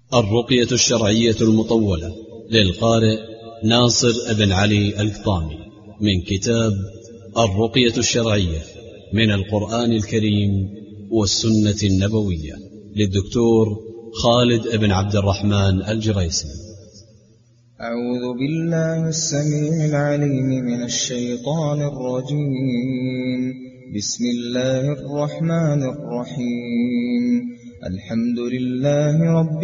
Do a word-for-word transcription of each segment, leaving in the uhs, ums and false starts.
الرقية الشرعية المطولة للقارئ ناصر بن علي القطامي من كتاب الرقية الشرعية من القرآن الكريم والسنة النبوية للدكتور خالد بن عبد الرحمن الجريسي. أعوذ بالله السميع العليم من الشيطان الرجيم. بسم الله الرحمن الرحيم. الحمد لله رب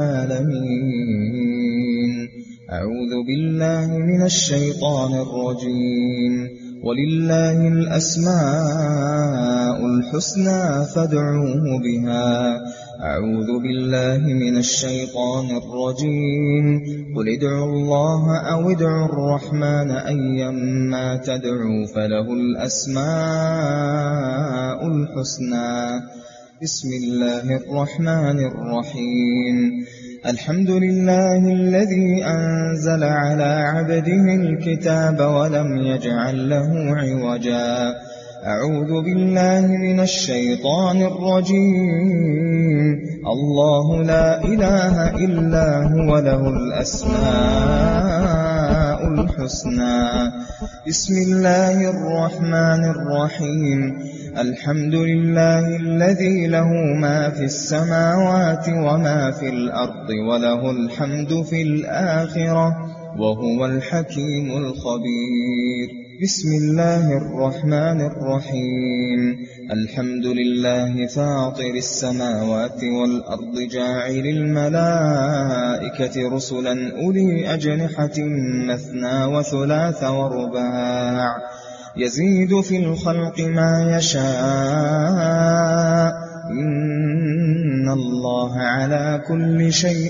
العالمين. أعوذ بالله من الشيطان الرجيم. ولله الأسماء الحسنى فادعوه بها. أعوذ بالله من الشيطان الرجيم. قل ادعوا الله أو ادعوا الرحمن أيما تدعوا فله الأسماء الحسنى. بسم الله الرحمن الرحيم. الحمد لله الذي أنزل على عبده الكتاب ولم يجعل له عوجا. أعوذ بالله من الشيطان الرجيم. الله لا إله إلا هو له الأسماء الحسنى. بسم الله الرحمن الرحيم. الحمد لله الذي له ما في السماوات وما في الأرض وله الحمد في الآخرة وهو الحكيم الخبير. بسم الله الرحمن الرحيم. الحمد لله فاطر السماوات والأرض جاعل الملائكة رسلا أولي أجنحة مثنى وثلاث ورباع يزيد في الخلق ما يشاء إن الله على كل شيء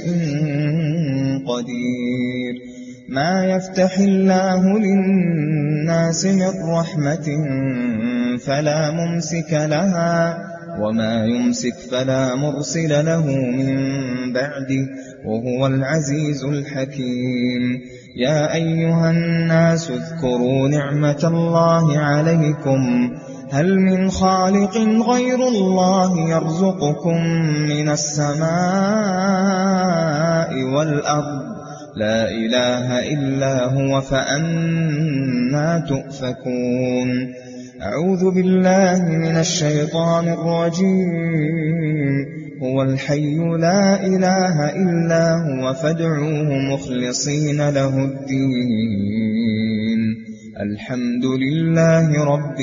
قدير. ما يفتح الله للناس من رحمة فلا ممسك لها وما يمسك فلا مرسل له من بعده وهو العزيز الحكيم. يا أيها الناس اذكروا نعمة الله عليكم هل من خالق غير الله يرزقكم من السماء والأرض لا إله إلا هو فأنى تؤفكون. أعوذ بالله من الشيطان الرجيم. هو الحي لا إله إلا هو فادعوه مخلصين له الدين. الحمد لله رب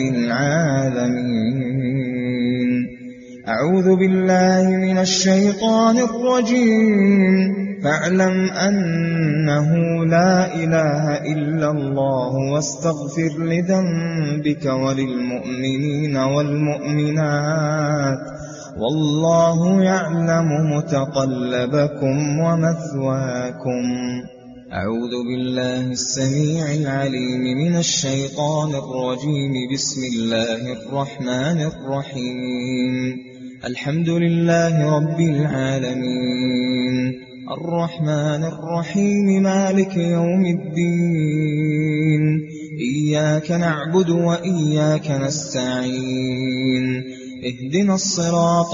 العالمين. أعوذ بالله من الشيطان الرجيم. فاعلم أنه لا إله إلا الله واستغفر لذنبك وللمؤمنين والمؤمنات والله يعلم متقلبكم ومثواكم. أعوذ بالله السميع العليم من الشيطان الرجيم. بسم الله الرحمن الرحيم. الحمد لله رب العالمين. الرحمن الرحيم مالك يوم الدين. إياك نعبد وإياك نستعين. اهدنا الصراط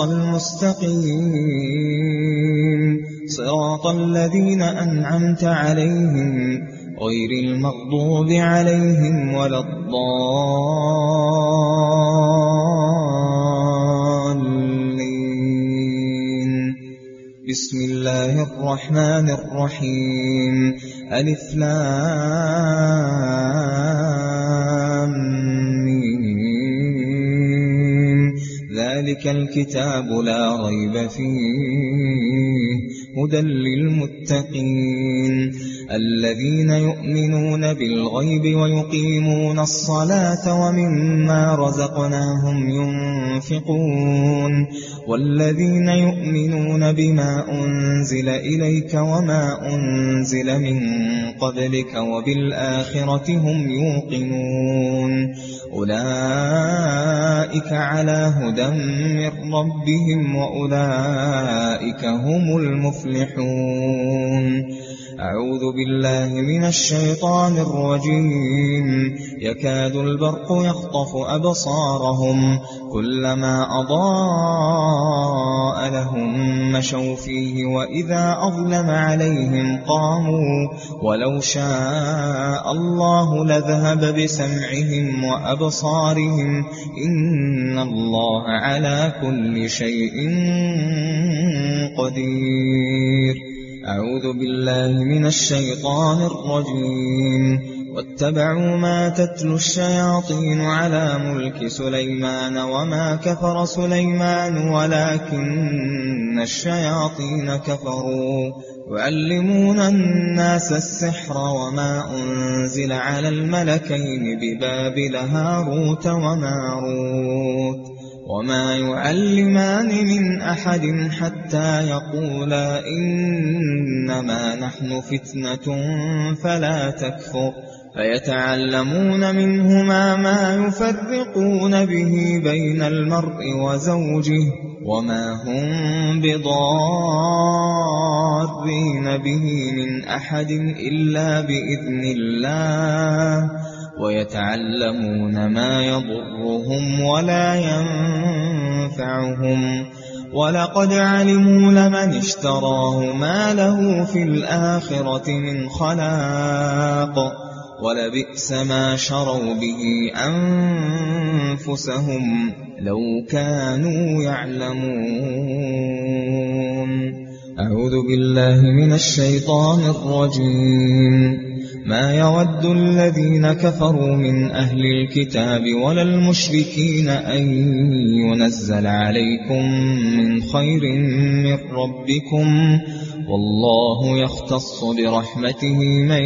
المستقيم صراط الذين أنعمت عليهم غير المغضوب عليهم ولا الضالين. بسم الله الرحمن الرحيم. ألف لام ميم. ذلك الكتاب لا ريب فيه هدى للمتقين الذين يؤمنون بالغيب ويقيمون الصلاة ومما رزقناهم ينفقون والذين يؤمنون بما أنزل إليك وما أنزل من قبلك وبالآخرة هم يوقنون أولئك على هدى من ربهم وأولئك هم المفلحون. أعوذ بالله من الشيطان الرجيم. يكاد البرق يخطف أبصارهم كلما أضاء لهم مشوا فيه وإذا أظلم عليهم قاموا ولو شاء الله لذهب بسمعهم وأبصارهم إن الله على كل شيء قدير. أعوذ بالله من الشيطان الرجيم. واتبعوا ما تتلو الشياطين على ملك سليمان وما كفر سليمان ولكن الشياطين كفروا يعلمون الناس السحر وما أنزل على الملكين ببابل هاروت وماروت وما يعلمان من أحد حتى يقولا إنما نحن فتنة فلا تكفر فيتعلمون منهما ما يفرقون به بين المرء وزوجه وما هم بضارين به من أحد إلا بإذن الله ويتعلمون ما يضرهم ولا ينفعهم ولقد علموا لمن اشتراه ما له في الآخرة من خلاق ولبئس ما شروا به أنفسهم لو كانوا يعلمون. أعوذ بالله من الشيطان الرجيم. ما يود الذين كفروا من أهل الكتاب ولا المشركين أن ينزل عليكم من خير من ربكم والله يختص برحمته من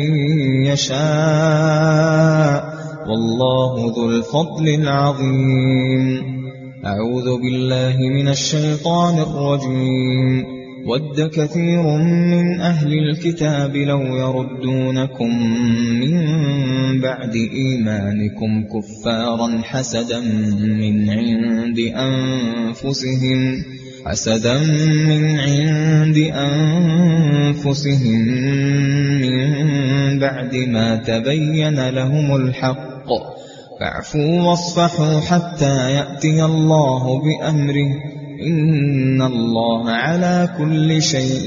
يشاء والله ذو الفضل العظيم. أعوذ بالله من الشيطان الرجيم. ود كثير من أهل الكتاب لو يردونكم من بعد إيمانكم كفارا حسدا من عند أنفسهم حسدا من عند أنفسهم من بعد ما تبين لهم الحق فاعفوا واصفحوا حتى يأتي الله بأمره إن الله على كل شيء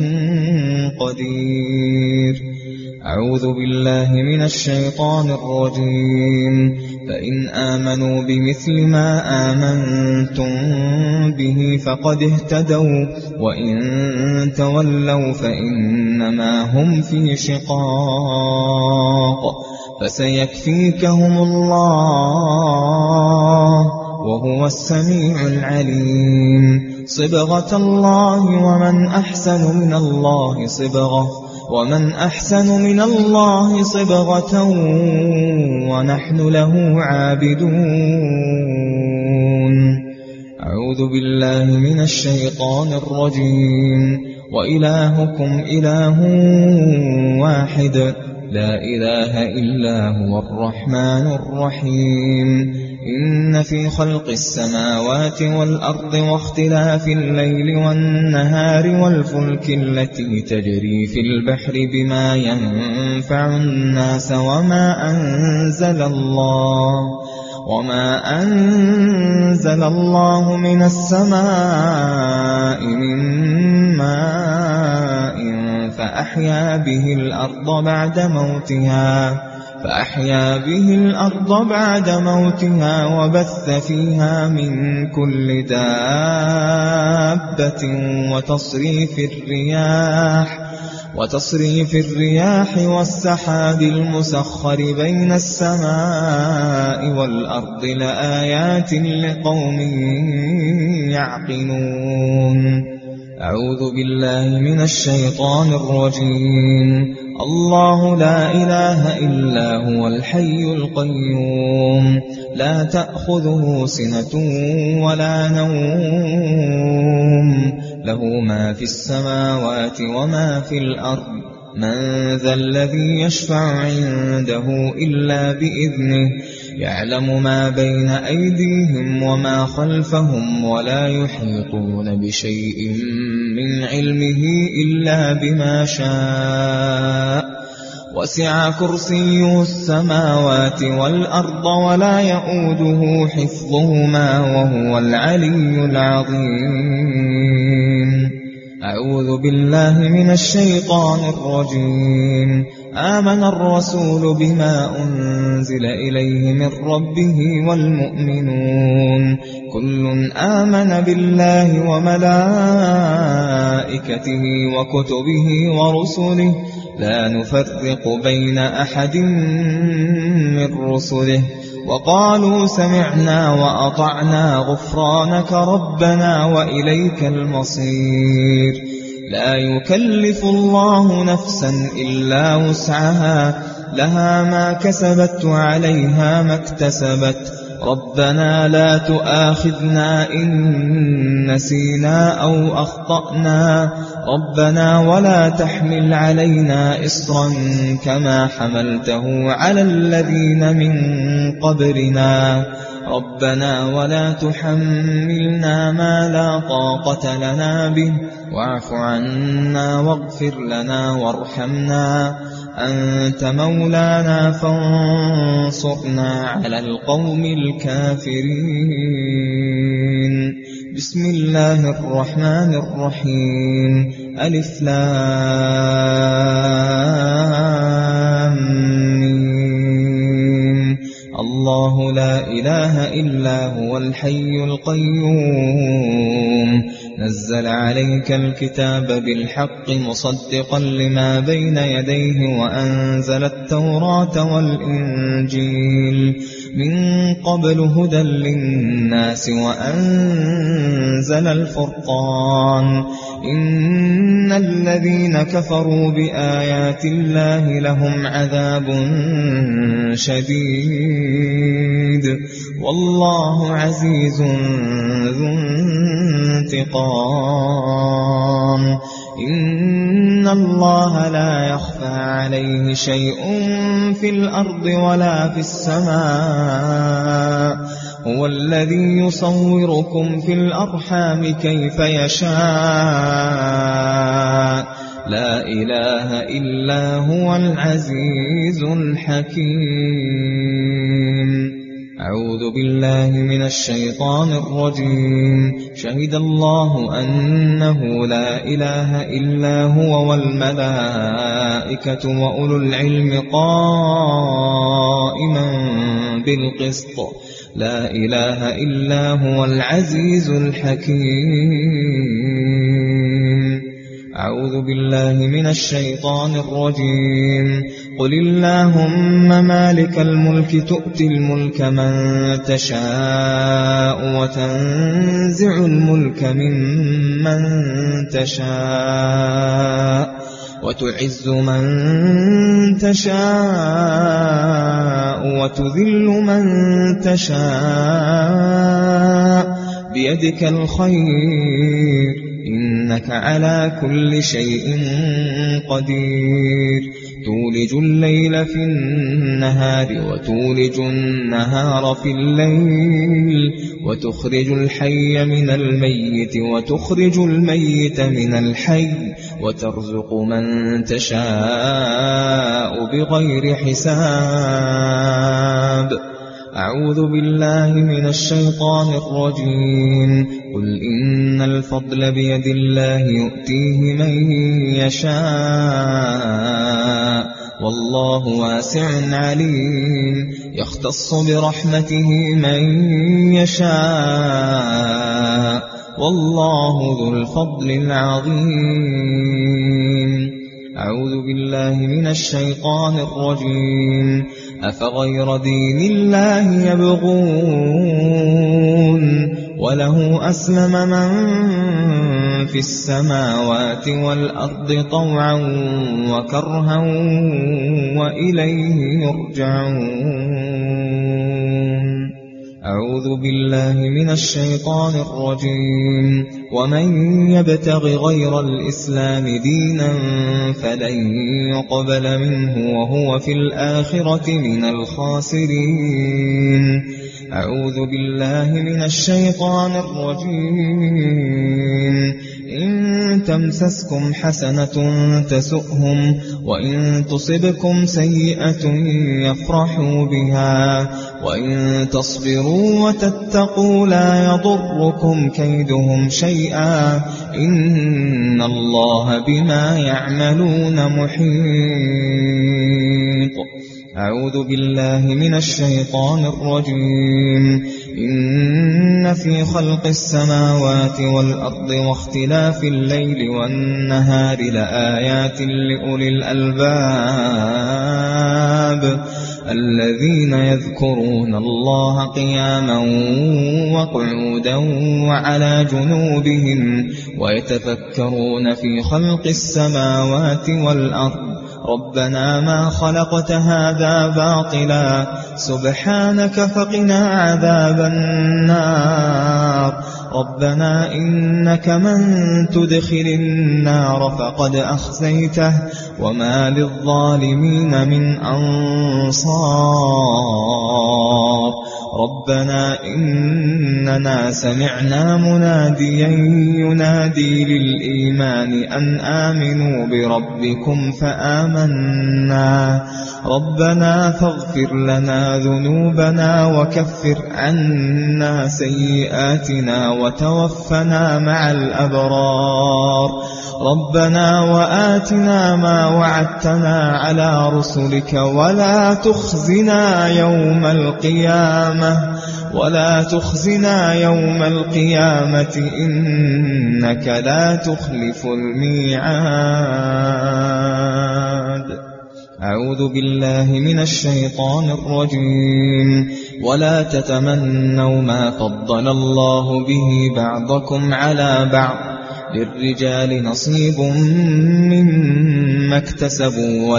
قدير. أعوذ بالله من الشيطان الرجيم. فإن آمنوا بمثل ما آمنتم به فقد اهتدوا وإن تولوا فإنما هم في شقاق فسيكفيكهم الله وهو السميع العليم. صبغة الله ومن أحسن من الله صبغة ومن أحسن من الله صبغة ونحن له عابدون. أعوذ بالله من الشيطان الرجيم. وإلهكم إله واحد لا إله إلا هو الرحمن الرحيم. إن في خلق السماوات والأرض واختلاف الليل والنهار والفلك التي تجري في البحر بما ينفع الناس وما أنزل الله وما أنزل الله من السماء من ماء فأحيا به الأرض بعد موتها فأحيا به الأرض بعد موتها وبث فيها من كل دابة وتصريف الرياح وتصريف الرياح والسحاب المسخر بين السماء والأرض لآيات لقوم يعقلون. أعوذ بالله من الشيطان الرجيم. الله لا إله إلا هو الحي القيوم لا تأخذه سنة ولا نوم له ما في السماوات وما في الأرض من ذا الذي يشفع عنده إلا بإذنه يعلم ما بين أيديهم وما خلفهم ولا يحيطون بشيء من علمه إلا بما شاء وسع كرسيه السماوات والأرض ولا يؤوده حفظهما وهو العلي العظيم. أعوذ بالله من الشيطان الرجيم. آمن الرسول بما أنزل إليه من ربه والمؤمنون كل آمن بالله وملائكته وكتبه ورسله لا نفرق بين أحد من رسله وقالوا سمعنا وأطعنا غفرانك ربنا وإليك المصير. لا يكلف الله نفسا إلا وسعها لها ما كسبت وعليها ما اكتسبت ربنا لا تؤاخذنا إن نسينا أو أخطأنا ربنا ولا تحمل علينا إصرا كما حملته على الذين من قبلنا ربنا ولا تحملنا ما لا طاقة لنا به واعف عنا واغفر لنا وارحمنا أنت مولانا فانصرنا على القوم الكافرين. بسم الله الرحمن الرحيم. ألف لام ميم. الله لا إله إلا هو الحي القيوم نزل عليك الكتاب بالحق مصدقا لما بين يديه وأنزل التوراة والإنجيل من قبل هدى للناس وأنزل الفرقان إن الذين كفروا بآيات الله لهم عذاب شديد والله عزيز ذو انتقام. إن الله لا يخفى عليه شيء في الأرض ولا في السماء هو الذي يصوركم في الأرحام كيف يشاء لا إله إلا هو العزيز الحكيم. أعوذ بالله من الشيطان الرجيم. شهد الله أنه لا إله إلا هو والملائكة وأولو العلم قائما بالقسط لا إله إلا هو العزيز الحكيم. أعوذ بالله من الشيطان الرجيم. قل اللهم مالك الملك تؤتي الملك من تشاء وتنزع الملك ممن تشاء وتعز من تشاء وتذل من تشاء بيدك الخير إنك على كل شيء قدير. تولج الليل في النهار وتولج النهار في الليل وتخرج الحي من الميت وتخرج الميت من الحي وترزق من تشاء بغير حساب. أعوذ بالله من الشيطان الرجيم. قل إن الفضل بيد الله يؤتيه من يشاء والله واسع عليم. يختص برحمته من يشاء والله ذو الفضل العظيم. أعوذ بالله من الشيطان الرجيم. أفغير دين الله يبغون وله أسلم من في السماوات والأرض طوعا وكرها وإليه يرجعون. أعوذ بالله من الشيطان الرجيم. ومن يبتغ غير الإسلام دينا فلن يقبل منه وهو في الآخرة من الخاسرين. أعوذ بالله من الشيطان الرجيم. إن تمسسكم حسنة تسؤهم وإن تصبكم سيئة يفرحوا بها وإن تصبروا وتتقوا لا يضركم كيدهم شيئا إن الله بما يعملون محيط. أعوذ بالله من الشيطان الرجيم. إن في خلق السماوات والأرض واختلاف الليل والنهار لآيات لأولي الألباب الذين يذكرون الله قياما وقعودا وعلى جنوبهم ويتفكرون في خلق السماوات والأرض ربنا ما خلقت هذا باطلا سبحانك فقنا عذاب النار ربنا إنك من تدخل النار فقد أخزيته وما للظالمين من أنصار ربنا إننا سمعنا مناديا ينادي للإيمان أن آمنوا بربكم فآمنا ربنا فاغفر لنا ذنوبنا وكفر عنا سيئاتنا وتوفنا مع الأبرار ربنا وآتنا ما وعدتنا على رسلك ولا تخزنا يوم القيامة ولا تخزنا يوم القيامة إنك لا تخلف الميعاد. أعوذ بالله من الشيطان الرجيم. ولا تتمنوا ما فضل الله به بعضكم على بعض للرجال نصيب مما اكتسبوا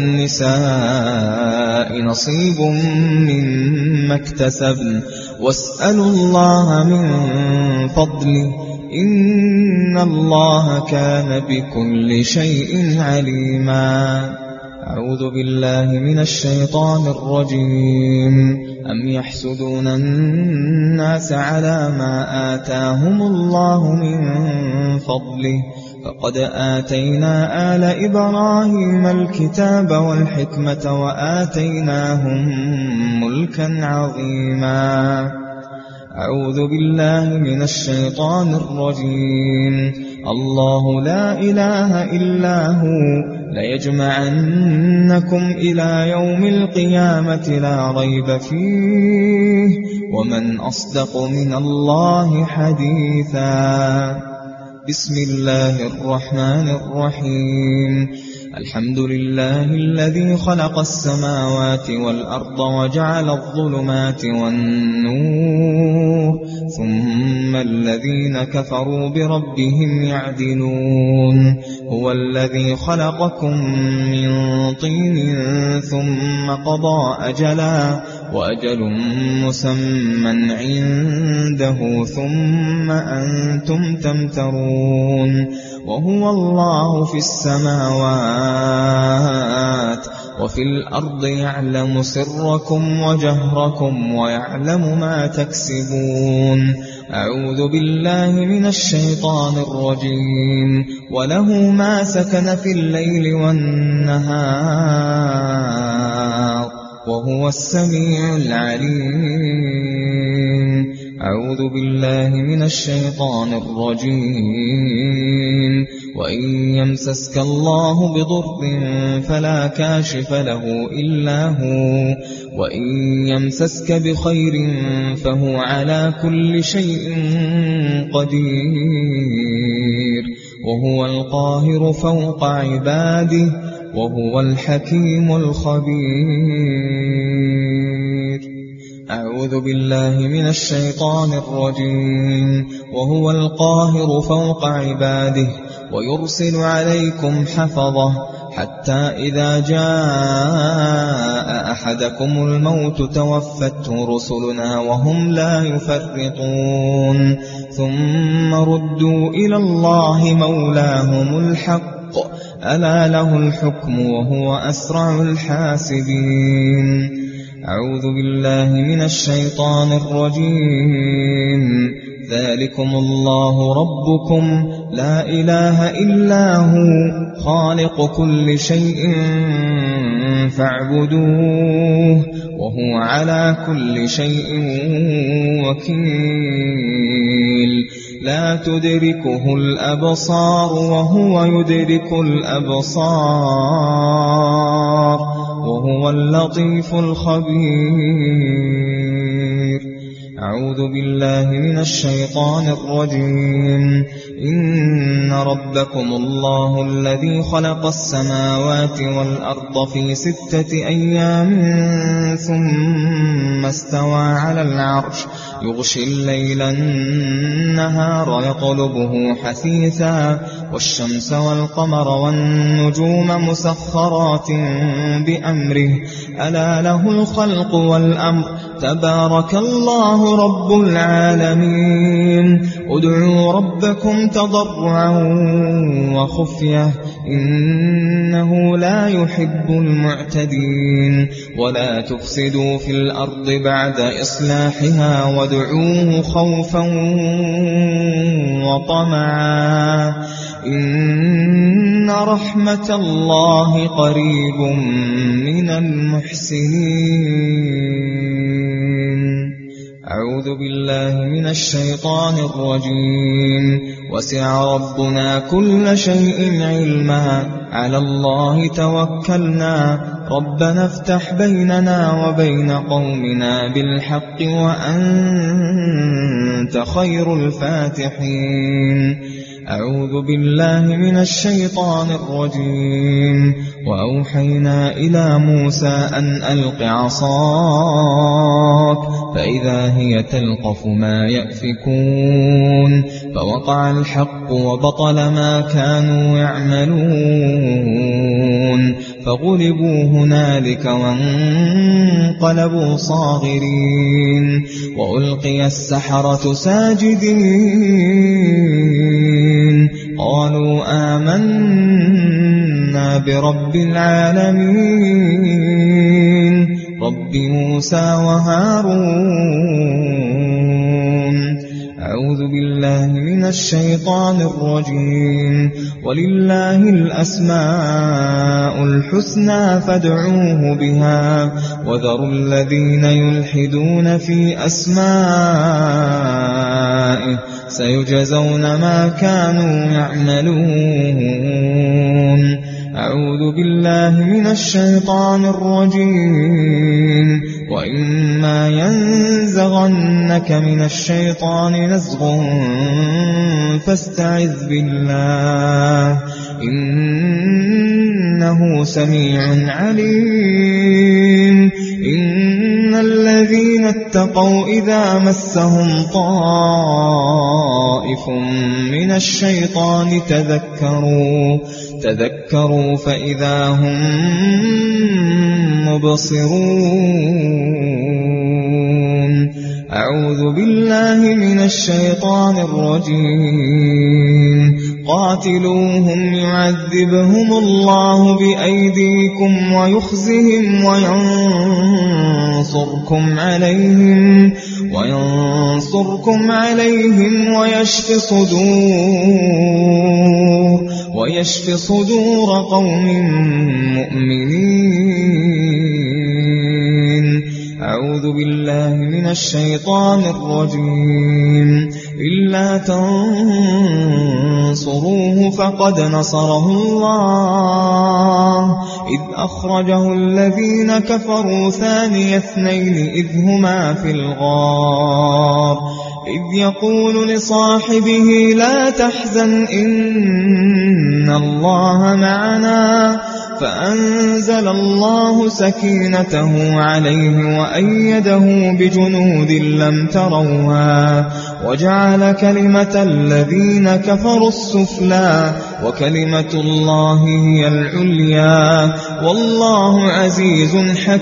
وللنساء نصيب مما اكتسبن واسألوا الله من فضله إن الله كان بكل شيء عليما. أعوذ بالله من الشيطان الرجيم. أم يحسدون الناس على ما آتاهم الله من فضله فقد آتينا آل إبراهيم الكتاب والحكمة وآتيناهم ملكا عظيما. أعوذ بالله من الشيطان الرجيم. الله لا إله إلا هو ليجمعنكم إلى يوم القيامة لا ريب فيه ومن أصدق من الله حديثا. بسم الله الرحمن الرحيم. الحمد لله الذي خلق السماوات والأرض وجعل الظلمات والنور ثم الذين كفروا بربهم يعدلون. هو الذي خلقكم من طين ثم قضى أجلا وأجل مسمى عنده ثم أنتم تمترون. وهو الله في السماوات وفي الأرض يعلم سركم وجهركم ويعلم ما تكسبون. أعوذ بالله من الشيطان الرجيم. وله ما سكن في الليل والنهار وهو السميع العليم. أعوذ بالله من الشيطان الرجيم. وإن يمسسك الله بضر فلا كاشف له إلا هو وإن يمسسك بخير فهو على كل شيء قدير وهو القاهر فوق عباده وهو الحكيم الخبير. أعوذ بالله من الشيطان الرجيم. وهو القاهر فوق عباده ويرسل عليكم حفظه حتى إذا جاء أحدكم الموت توفته رسلنا وهم لا يفرطون ثم ردوا إلى الله مولاهم الحق ألا له الحكم وهو أسرع الحاسبين. أعوذ بالله من الشيطان الرجيم. ذلكم الله ربكم لا إله إلا هو خالق كل شيء فاعبدوه وهو على كل شيء وكيل لا تدركه الأبصار وهو يدرك الأبصار وهو اللطيف الخبير. أعوذ بالله من الشيطان الرجيم. إن ربكم الله الذي خلق السماوات والأرض في ستة أيام ثم استوى على العرش يغشي الليل النهار يطلبه حثيثا والشمس والقمر والنجوم مسخرات بأمره ألا له الخلق والأمر تبارك الله رب العالمين. ادعوا ربكم تضرعا وخفية إنه لا يحب المعتدين. ولا تفسدوا في الأرض بعد إصلاحها وادعوه خوفا وطمعا إن رحمة الله قريب من المحسنين. أعوذ بالله من الشيطان الرجيم. وسع ربنا كل شيء علما على الله توكلنا ربنا افتح بيننا وبين قومنا بالحق وأنت خير الفاتحين. أعوذ بالله من الشيطان الرجيم. وأوحينا إلى موسى أن ألق عصاك فإذا هي تلقف ما يأفكون فوقع الحق وبطل ما كانوا يعملون فغلبوا هنالك وانقلبوا صاغرين وألقي السحرة ساجدين قالوا آمنا برب العالمين رب موسى وهارون. أعوذ بالله من الشيطان الرجيم. ولله الأسماء الحسنى فادعوه بها وذروا الذين يلحدون في أسمائه سيجزون ما كانوا يعملون. أعوذ بالله من الشيطان الرجيم. وإما ينزغنك من الشيطان نزغ فاستعذ بالله إنه سميع عليم. إن الذين اتقوا إذا مسهم طائف من الشيطان تذكروا تذكروا فإذا هم مبصرون. أعوذ بالله من الشيطان الرجيم. قاتلوهم يعذبهم الله بأيديكم ويخزهم وينصركم عليهم وينصركم عليهم ويشف صدور ويشف صدور قوم مؤمنين. أعوذ بالله من الشيطان الرجيم. إلا تنصروه فقد نصره الله إذ أخرجه الذين كفروا ثاني اثنين إذ هما في الغار إذ يقول لصاحبه لا تحزن إن الله معنا فأنزل الله سكينته عليه وأيده بجنود لم تروها وجعل كلمة الذين كفروا السفلى وكلمة الله هي العليا والله عزيز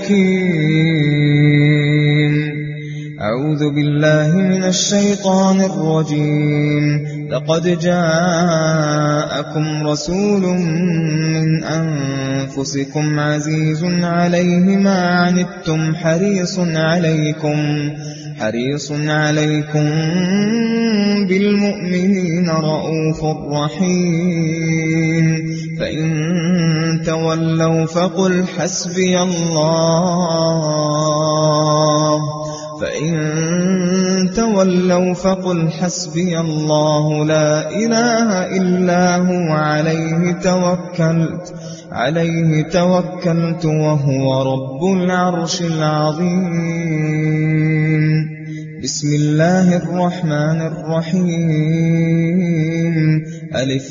حكيم. أعوذ بالله من الشيطان الرجيم. لقد جاءكم رسول من أنفسكم عزيز عليه ما عنتم حريص عليكم حريص عليكم بالمؤمنين رؤوف رحيم فإن تولوا فقل حسبي الله فإن تولوا فقل حسبي الله لا إله إلا هو عليه توكلت عليه توكلت وهو رب العرش العظيم. بسم الله الرحمن الرحيم. ألف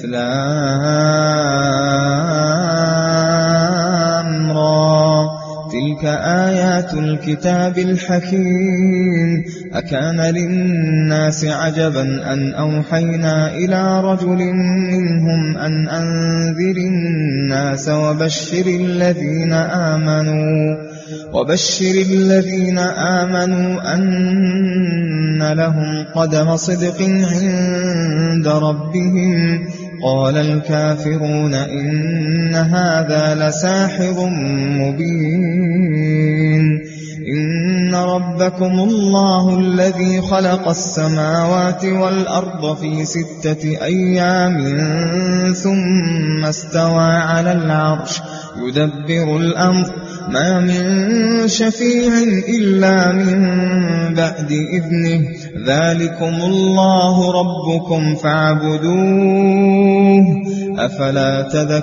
لام را تلك آيات الكتاب الحكيم. أكان للناس عجبا أن أوحينا إلى رجل منهم أن أنذر الناس وبشر الذين آمنوا وبشر الذين آمنوا أن لهم قدم صدق عند ربهم. قال الكافرون إن هذا لساحر مبين. إن ربكم الله الذي خلق السماوات والأرض في ستة أيام ثم استوى على العرش يدبر الأمر ما من شفيع إلا من بعد إذنه ذلكم الله ربكم فاعبدوه أفلا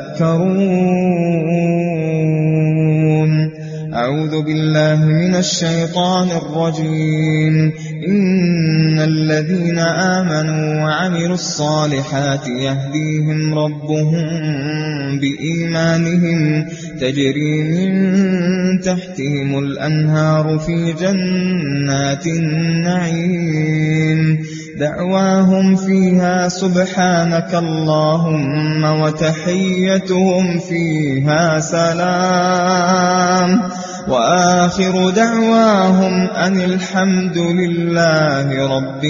تذكرون. أعوذ بالله من الشيطان الرجيم. إن الذين آمنوا وعملوا الصالحات يهديهم ربهم بإيمانهم تجري من تحتهم الأنهار في جنات النعيم دعواهم فيها سبحانك اللهم وتحيتهم فيها سلام وآخر دعواهم أن الحمد لله رب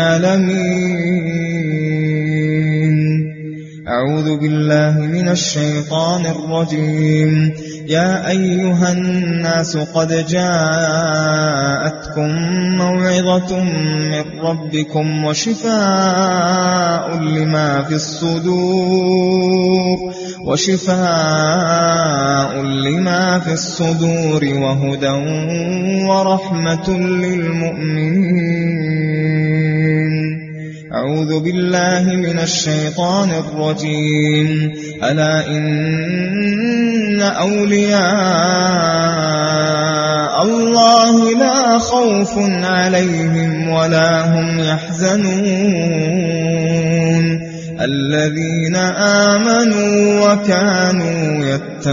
العالمين. أعوذ بالله من الشيطان الرجيم. يا أيها الناس قد جاءتكم موعظة من ربكم وشفاء لما في الصدور وشفاء لما في الصدور وهدى ورحمة للمؤمنين. أعوذ بالله من الشيطان الرجيم. ألا إن أولياء الله لا خوف عليهم ولا هم يحزنون الذين آمنوا وكانوا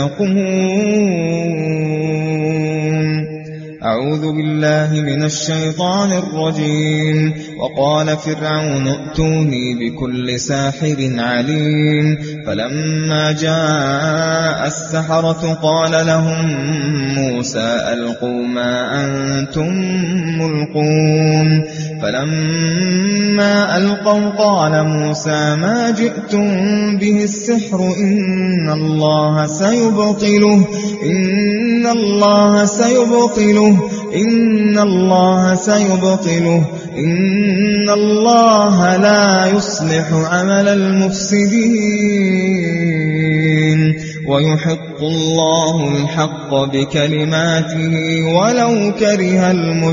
يتقون. أعوذ بالله من الشيطان الرجيم. وقال فرعون ائتوني بكل ساحر عليم. فلما جاء السحرة قال لهم موسى ألقوا ما أنتم ملقون. فلما ألقوا قال موسى ما جئتم به السحر إن الله سيبطله إن الله سيبطله إن الله سيبطله إن الله لا يصلح عمل المفسدين ويحق الله الحق بكلماته ولو كره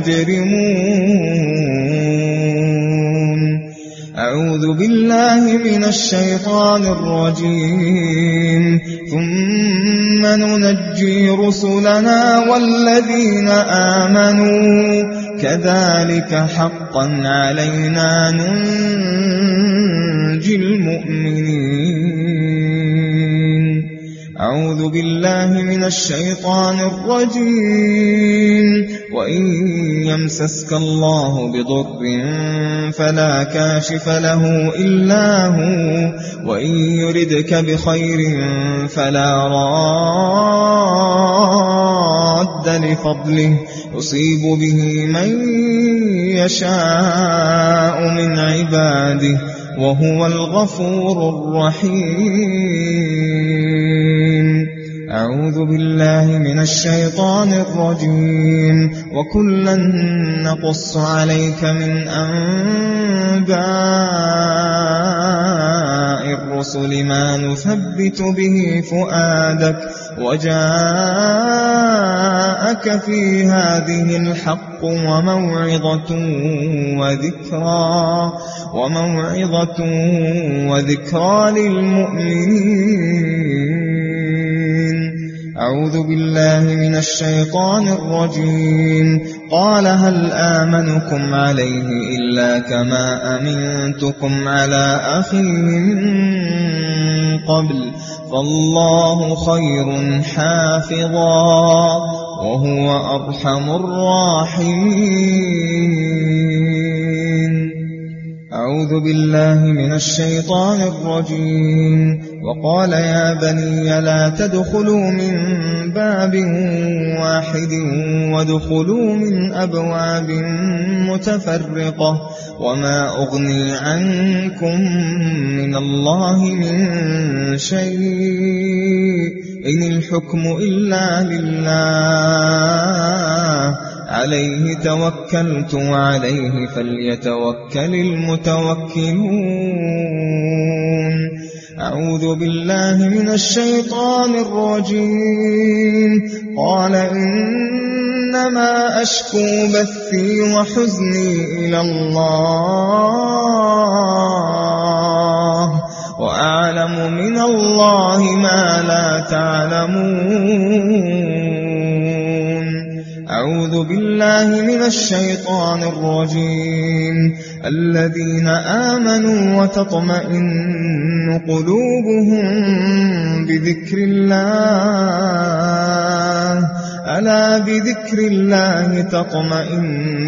المجرمون. أعوذ بالله من الشيطان الرجيم. ثم ننجي رسلنا والذين آمنوا كذلك حقا علينا ننجي المؤمنين. أعوذ بالله من الشيطان الرجيم. وإن يمسسك الله بضر فلا كاشف له إلا هو وإن يردك بخير فلا راد لفضله يصيب به من يشاء من عباده وهو الغفور الرحيم. أعوذ بالله من الشيطان الرجيم وكلا نقص عليك من أنباء الرسل ما نثبت به فؤادك وجاءك في هذه الحق وموعظة وذكرى وموعظة وذكرى للمؤمنين. أعوذ بالله من الشيطان الرجيم قال هل آمنكم عليه إلا كما أمنتكم على أخيه من قبل فالله خير حافظا وهو أرحم الراحمين. أعوذ بالله من الشيطان الرجيم وقال يا بني لا تدخلوا من باب واحد وادخلوا من أبواب متفرقة وما أغني عنكم من الله من شيء إن الحكم إلا لله عليه توكلت وعليه فليتوكل المتوكلون. أعوذ بالله من الشيطان الرجيم قال إنما أشكو بثي وحزني إلى الله وأعلم من الله ما لا تعلمون. أعوذ بالله من الشيطان الرجيم الذين آمنوا وتطمئن قلوبهم بذكر الله ألا بذكر الله تطمئن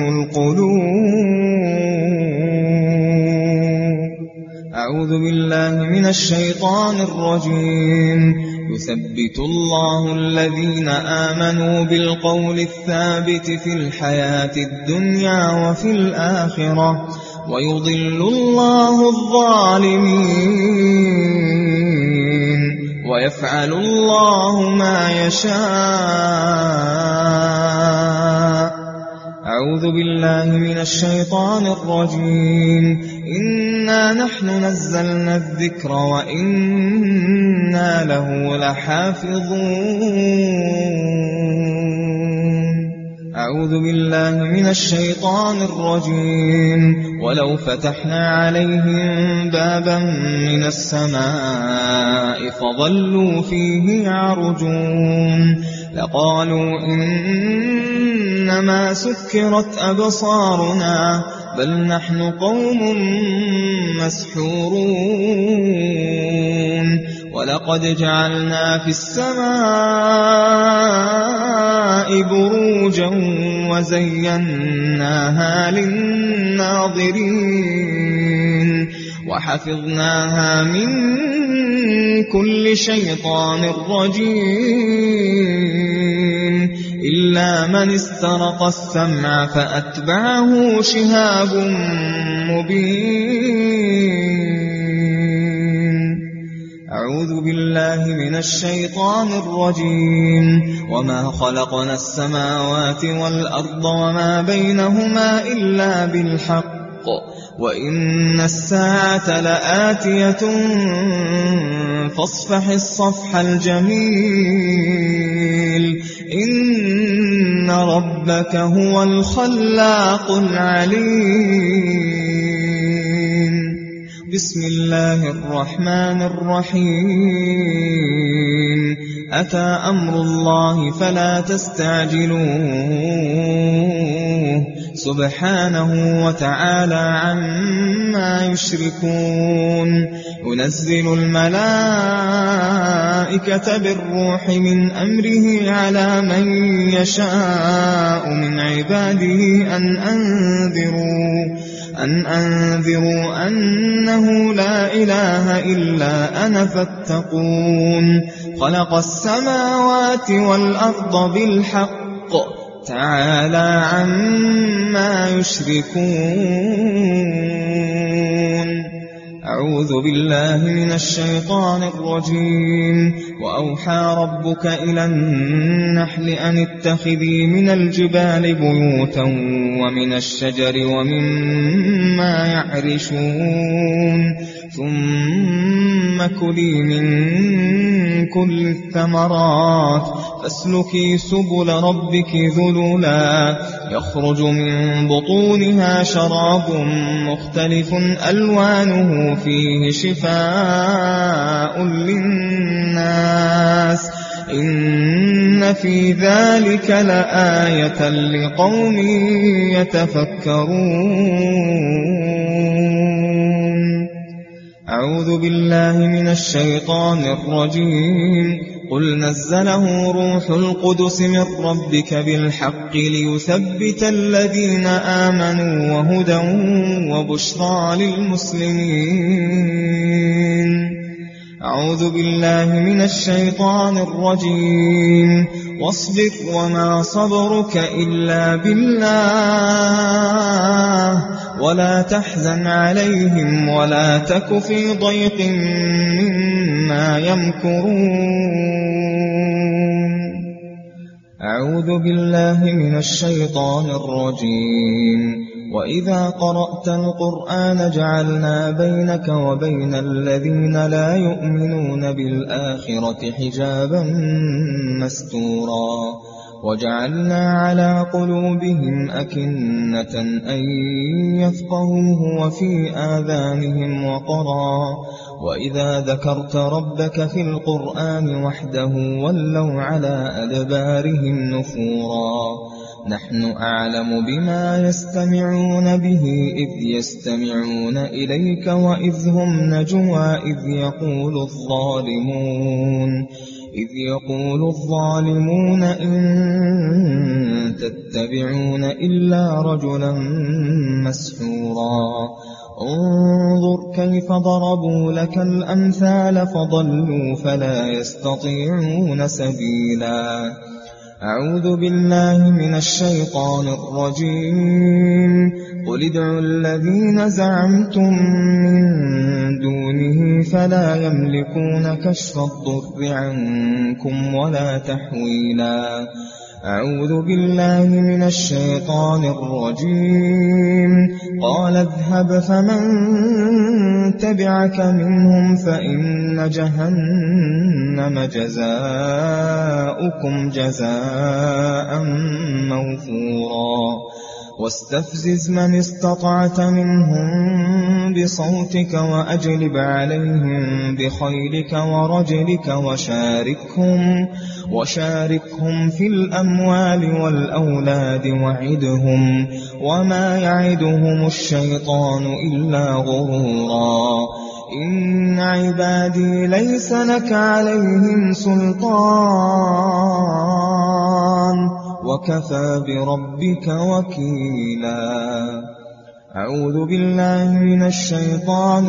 القلوب. أعوذ بالله من الشيطان الرجيم يثبت الله الذين آمنوا بالقول الثابت في الحياة الدنيا وفي الآخرة ويضل الله الظالمين ويفعل الله ما يشاء. أعوذ بالله من الشيطان الرجيم إنا نحن نزلنا الذكر وإنا له لحافظون. أعوذ بالله من الشيطان الرجيم ولو فتحنا عليهم بابا من السماء فظلوا فيه يعرجون لقالوا إنما سكرت أبصارنا بل نحن قوم مسحورون ولقد جعلنا في السماء بروجا وزيناها للناظرين وحفظناها من كل شيطان رجيم إلا من استرق السمع فأتبعه شهاب مبين. أعوذ بالله من الشيطان الرجيم وما خلقنا السماوات والأرض وما بينهما إلا بالحق وإن الساعة لآتية فاصفح الصفح الجميل إن ربك هو الخلاق العليم. بسم الله الرحمن الرحيم أتى أمر الله فلا تستعجلوه سبحانه وتعالى عما يشركون. ينزل الملائكة بالروح من أمره على من يشاء من عباده أن أنذروا أن أنذروا أنه لا إله إلا أنا فاتقون. خلق السماوات والأرض بالحق تعالى عما يشركون. أعوذ بالله من الشيطان الرجيم وأوحى ربك إلى النحل أن اتخذي من الجبال بيوتا ومن الشجر ومما يعرشون ثم كلي من كل الثمرات فاسلكي سبل ربك ذللا يخرج من بطونها شراب مختلف ألوانه فيه شفاء للناس إن في ذلك لآية لقوم يتفكرون. أعوذ بالله من الشيطان الرجيم قل نزله روح القدس من ربك بالحق ليثبت الذين آمنوا وهدى وبشرى للمسلمين. أعوذ بالله من الشيطان الرجيم واصبر وما صبرك إلا بالله ولا تحزن عليهم ولا تك في ضيق مما يمكرون. أعوذ بالله من الشيطان الرجيم وإذا قرأت القرآن جعلنا بينك وبين الذين لا يؤمنون بالآخرة حجابا مستورا وجعلنا على قلوبهم أكنة أن يفقهوه وفي آذانهم وقرا وإذا ذكرت ربك في القرآن وحده ولوا على أدبارهم نفورا. نحن أعلم بما يستمعون به إذ يستمعون إليك وإذ هم نجوى إذ يقول الظالمون إذ يقول الظالمون إن تتبعون إلا رجلا مسحورا. انظر كيف ضربوا لك الأمثال فضلوا فلا يستطيعون سبيلا. أعوذ بالله من الشيطان الرجيم قل ادعوا الذين زعمتم من دونه فلا يملكون كشف الضر عنكم ولا تحويلا. أعوذ بالله من الشيطان الرجيم قال اذهب فمن تبعك منهم فإن جهنم جزاؤكم جزاء موفورا. واستفزز من استطعت منهم بصوتك وأجلب عليهم بخيلك ورجلك وشاركهم, وشاركهم في الأموال والأولاد وعدهم وما يعدهم الشيطان إلا غرورا. إن عبادي ليس لك عليهم سلطان وكفى بربك وكيلا. أعوذ بالله من الشيطان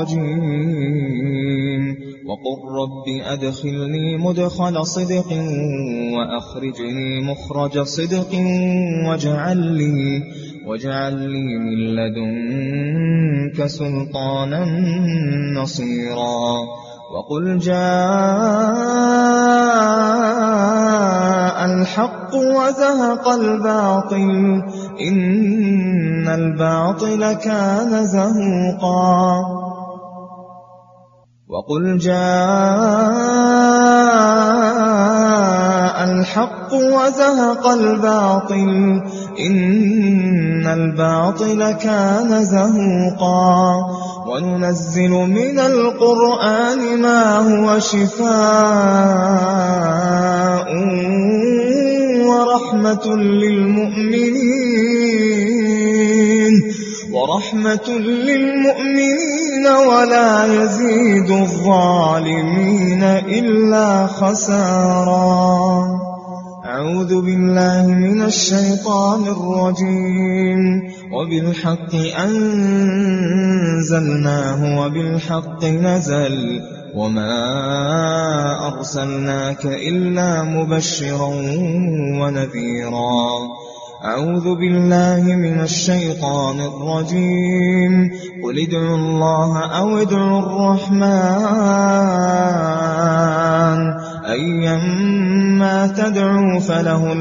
الرجيم وقل رب أدخلني مدخل صدق وأخرجني مخرج صدق واجعل لي, واجعل لي من لدنك سلطانا نصيرا. وقل جاء الحق وزهق الباطل إن الباطل كان زهوقا. وقل جاء الحق وزهق الباطل إن الباطل كان زهوقا. وننزل من القرآن ما هو شفاء ورحمة للمؤمنين ورحمة للمؤمنين ولا يزيد الظالمين إلا خسارا. أعوذ بالله من الشيطان الرجيم وبالحق أنزلناه وبالحق نزل وما أرسلناك إلا مبشرا ونذيرا. أعوذ بالله من الشيطان الرجيم قل ادعوا الله أو ادعوا الرحمن أيما تدعوا فله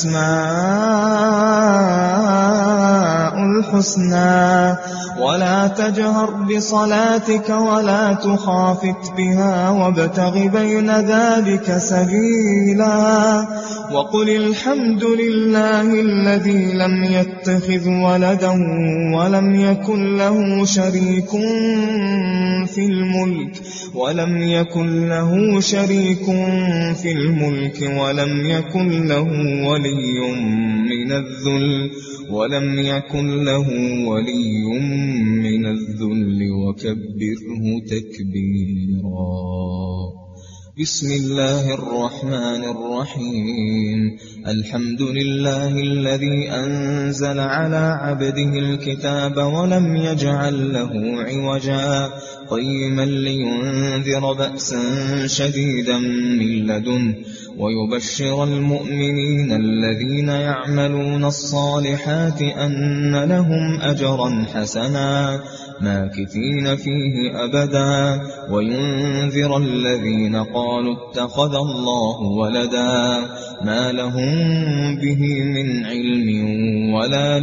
الأسماء الحسنى ولا تجهر بصلاتك ولا تخافت بها وابتغ بين ذلك سبيلا وقل الحمد لله الذي لم يتخذ ولدا ولم يكن له شريك في الملك ولم يكن له شريك في الملك ولم يكن له ولي من الذل ولم يكن له ولي من الذل وكبره تكبيرا. بسم الله الرحمن الرحيم. الحمد لله الذي أنزل على عبده الكتاب ولم يجعل له عوجا قيما لينذر بأسا شديدا من لدنه ويبشر المؤمنين الذين يعملون الصالحات أن لهم أجرا حسنا ماكثين فيه أبدا وينذر الذين قالوا اتخذ الله ولدا ما لهم به من علم ولا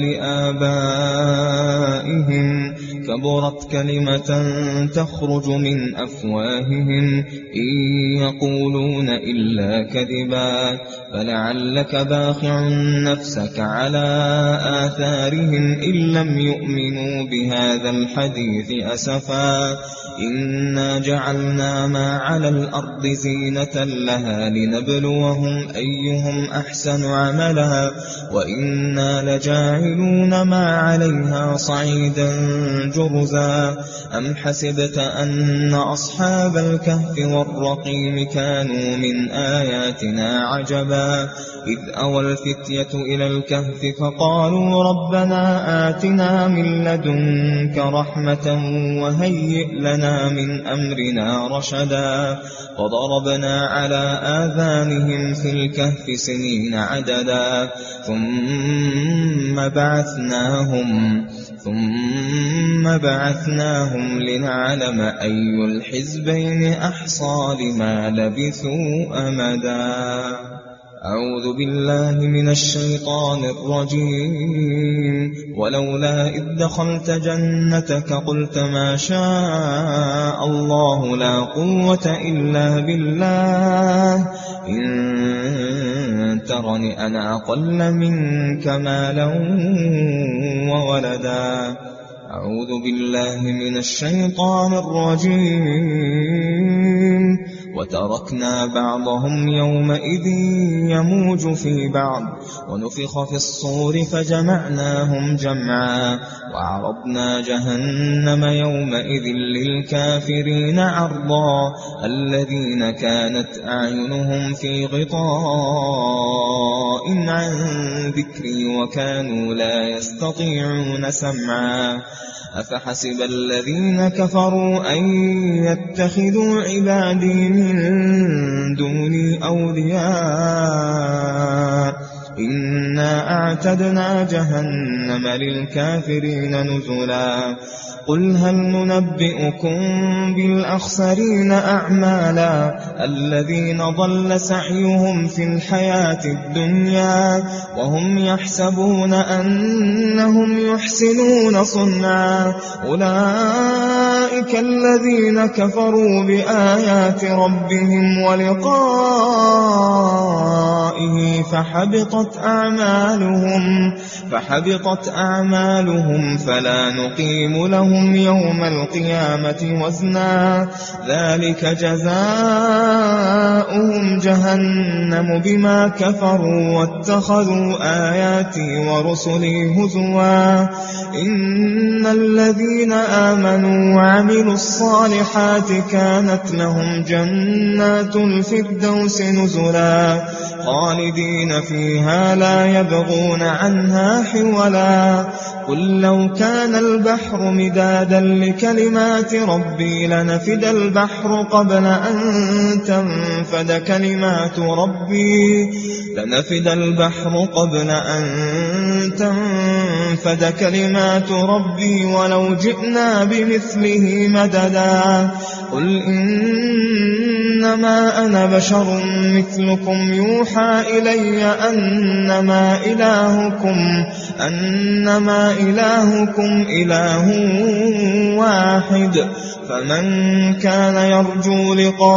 لآبائهم كبرت كلمة تخرج من أفواههم إن يقولون إلا كذبا فلعلك باخع نفسك على آثارهم إن لم يؤمنوا بهذا الحديث أسفا إنا جعلنا ما على الأرض زينة لها لنبلوهم أيهم أحسن عملا وإنا لجاعلون ما عليها صعيدا جرزا أم حسبت أن أصحاب الكهف والرقيم كانوا من آياتنا عجبا إذ أوى الفتية إلى الكهف فقالوا ربنا آتنا من لدنك رحمة وهيئ لنا من أمرنا رشدا وضربنا على آذانهم في الكهف سنين عددا ثم بعثناهم ثم بعثناهم لنعلم أي الحزبين أحصى لما لبثوا أمدا. أعوذ بالله من الشيطان الرجيم. ولولا إذ دخلت جنتك قلت ما شاء الله لا قوة إلا بالله إن ترني أنا أقل منك مالا وولدا. أعوذ بالله من الشيطان الرجيم. وتركنا بعضهم يومئذ يموج في بعض ونفخ في الصور فجمعناهم جمعا وعرضنا جهنم يومئذ للكافرين عرضا الذين كانت أعينهم في غطاء عن ذكري وكانوا لا يستطيعون سمعا أفحسب الذين كفروا أن يتخذوا عبادي من دوني أولياء إنا أعتدنا جهنم للكافرين نزلا. قل هل ننبئكم بالأخسرين أعمالا الذين ضل سعيهم في الحياة الدنيا وهم يحسبون أنهم يحسنون صنعا أولئك الذين كفروا بآيات ربهم ولقائه فحبطت أعمالهم فحبطت أعمالهم فلا نقيم لهم يوم القيامة وزنا ذلك جزاؤهم جهنم بما كفروا واتخذوا آياتي ورسلي هزوا إن الذين آمنوا وعملوا الصالحات كانت لهم جنات الفردوس نزلا خالدين فيها لا يبغون عنها حولا. قل لو كان البحر مدادا لكلمات ربي لنفد البحر قبل أن تنفد كلمات ربي لنفد البحر قبل أن تنفد تنفد كلمات ربي ولو جئنا بمثله مددا قل إنما أنا بشر مثلكم يوحى إلي أنما إلهكم أنما إلهكم إله واحد فمن كان يرجو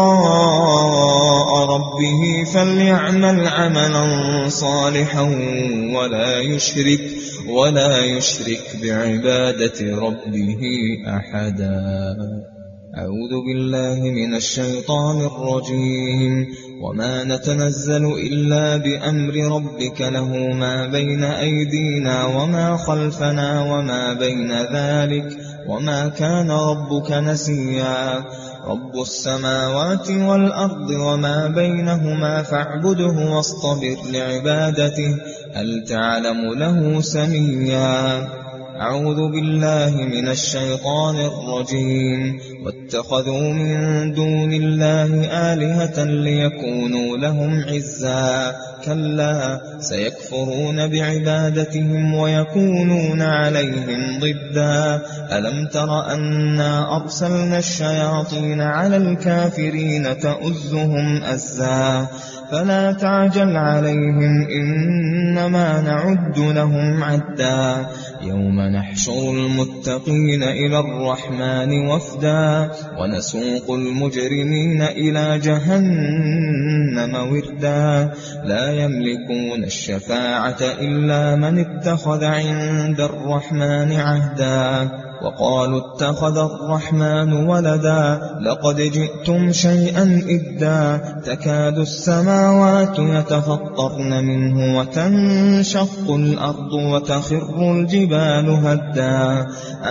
لقاء ربه فليعمل عملا صالحا ولا يشرك ولا يشرك بعبادة ربه أحدا. أعوذ بالله من الشيطان الرجيم. وما نتنزل إلا بأمر ربك له ما بين أيدينا وما خلفنا وما بين ذلك وما كان ربك نسيا. رب السماوات والأرض وما بينهما فاعبده واصطبر لعبادته هل تعلم له سميا. أعوذ بالله من الشيطان الرجيم. واتخذوا من دون الله آلهة ليكونوا لهم عزا كلا سيكفرون بعبادتهم ويكونون عليهم ضدا. ألم تر أنا أرسلنا الشياطين على الكافرين تؤزهم أزا فلا تعجل عليهم إنما نعد لهم عدا. يوم نحشر المتقين إلى الرحمن وفدا ونسوق المجرمين إلى جهنم وردا. لا يملكون الشفاعة إلا من اتخذ عند الرحمن عهدا. وقالوا اتخذ الرحمن ولدا لقد جئتم شيئا إدا. تكاد السماوات يتفطرن منه وتنشق الأرض وتخر الجبال هدا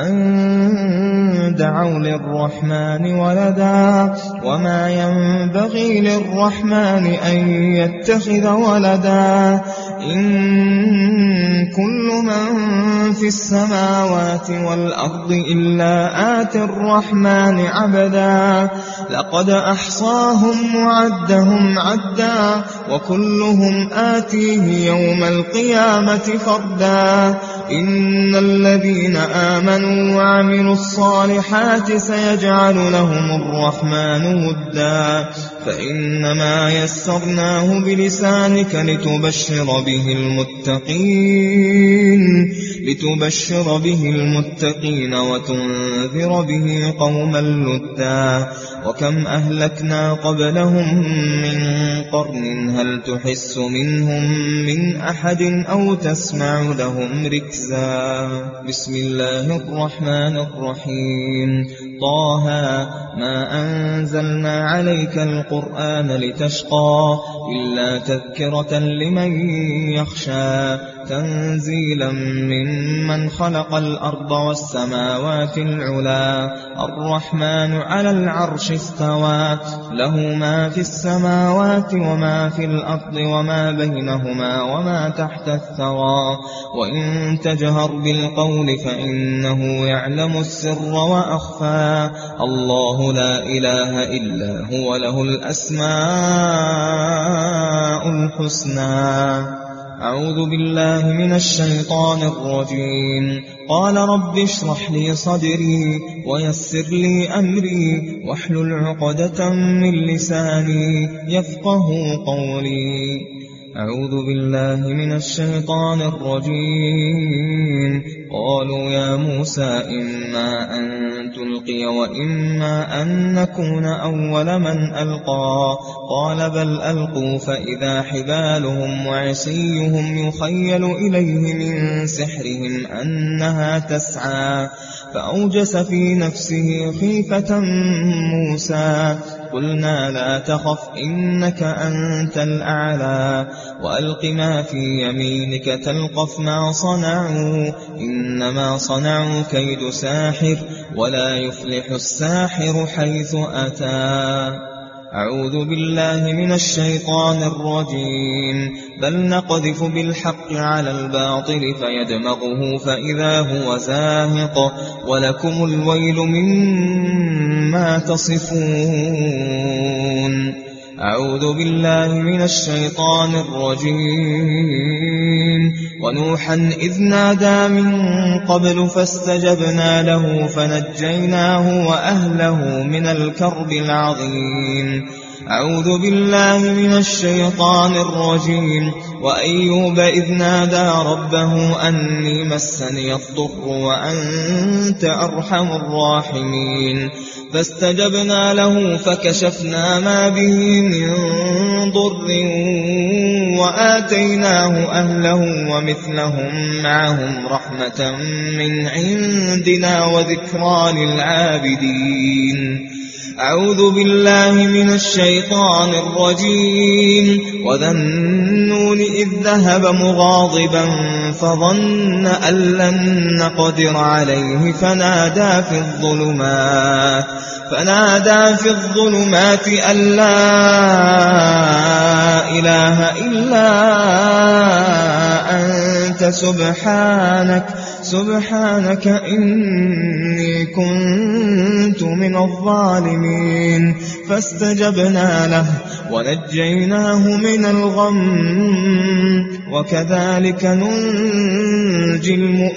أن دعوا للرحمن ولدا وما ينبغي للرحمن أن يتخذ ولدا. إن كل من في السماوات والأرض إلا آتي الرحمن عبدا. لقد أحصاهم وعدهم عدا وكلهم آتيه يوم القيامة فردا. إن الذين آمنوا وعملوا الصالحات سيجعل لهم الرحمن ودا فإنما يسرناه بلسانك لتبشر به المتقين لتبشر به المتقين وتنذر به قوما لدا. وكم أهلكنا قبلهم من قرن هل تحس منهم من أحد أو تسمع لهم ركزا. بسم الله الرحمن الرحيم. طه ما أنزلنا عليك القرآن لتشقى إلا تذكرة لمن يخشى تنزيلا ممن خلق الأرض والسماوات العلا. الرحمن على العرش استوى له ما في السماوات وما في الأرض وما بينهما وما تحت الثرى. وإن تجهر بالقول فإنه يعلم السر وأخفى. الله لا إله إلا هو له الأسماء الحسنى. أعوذ بالله من الشيطان الرجيم. قال رب اشرح لي صدري ويسر لي أمري واحلل عقدة من لساني يفقه قولي. أعوذ بالله من الشيطان الرجيم. قالوا يا موسى إما أن تلقي وإما أن نكون أول من ألقى قال بل ألقوا فإذا حبالهم وعصيهم يخيل إليه من سحرهم أنها تسعى فأوجس في نفسه خيفة موسى. قلنا لا تخف إنك أنت الأعلى وألق ما في يمينك تلقف ما صنعوا إنما صنعوا كيد ساحر ولا يفلح الساحر حيث أتى. أعوذ بالله من الشيطان الرجيم. بل نقذف بالحق على الباطل فيدمغه فإذا هو زاهق ولكم الويل مما تصفون. أعوذ بالله من الشيطان الرجيم. ونوحا إذ نادى من قبل فاستجبنا له فنجيناه وأهله من الكرب العظيم. أعوذ بالله من الشيطان الرجيم. وأيوب إذ نادى ربه أني مسني الضر وأنت أرحم الراحمين فاستجبنا له فكشفنا ما به من ضر وآتيناه أهله ومثلهم معهم رحمة من عندنا وذكرى للعابدين. أعوذ بالله من الشيطان الرجيم. وذا النون إذ ذهب مغاضبا فظن أن لن نقدر عليه فنادى في الظلمات فنادى في الظلمات أن لا إله إلا أنت سبحانك سبحانك إني كنت من الظالمين فاستجبنا له ونجيناه من الغم وكذلك ننجي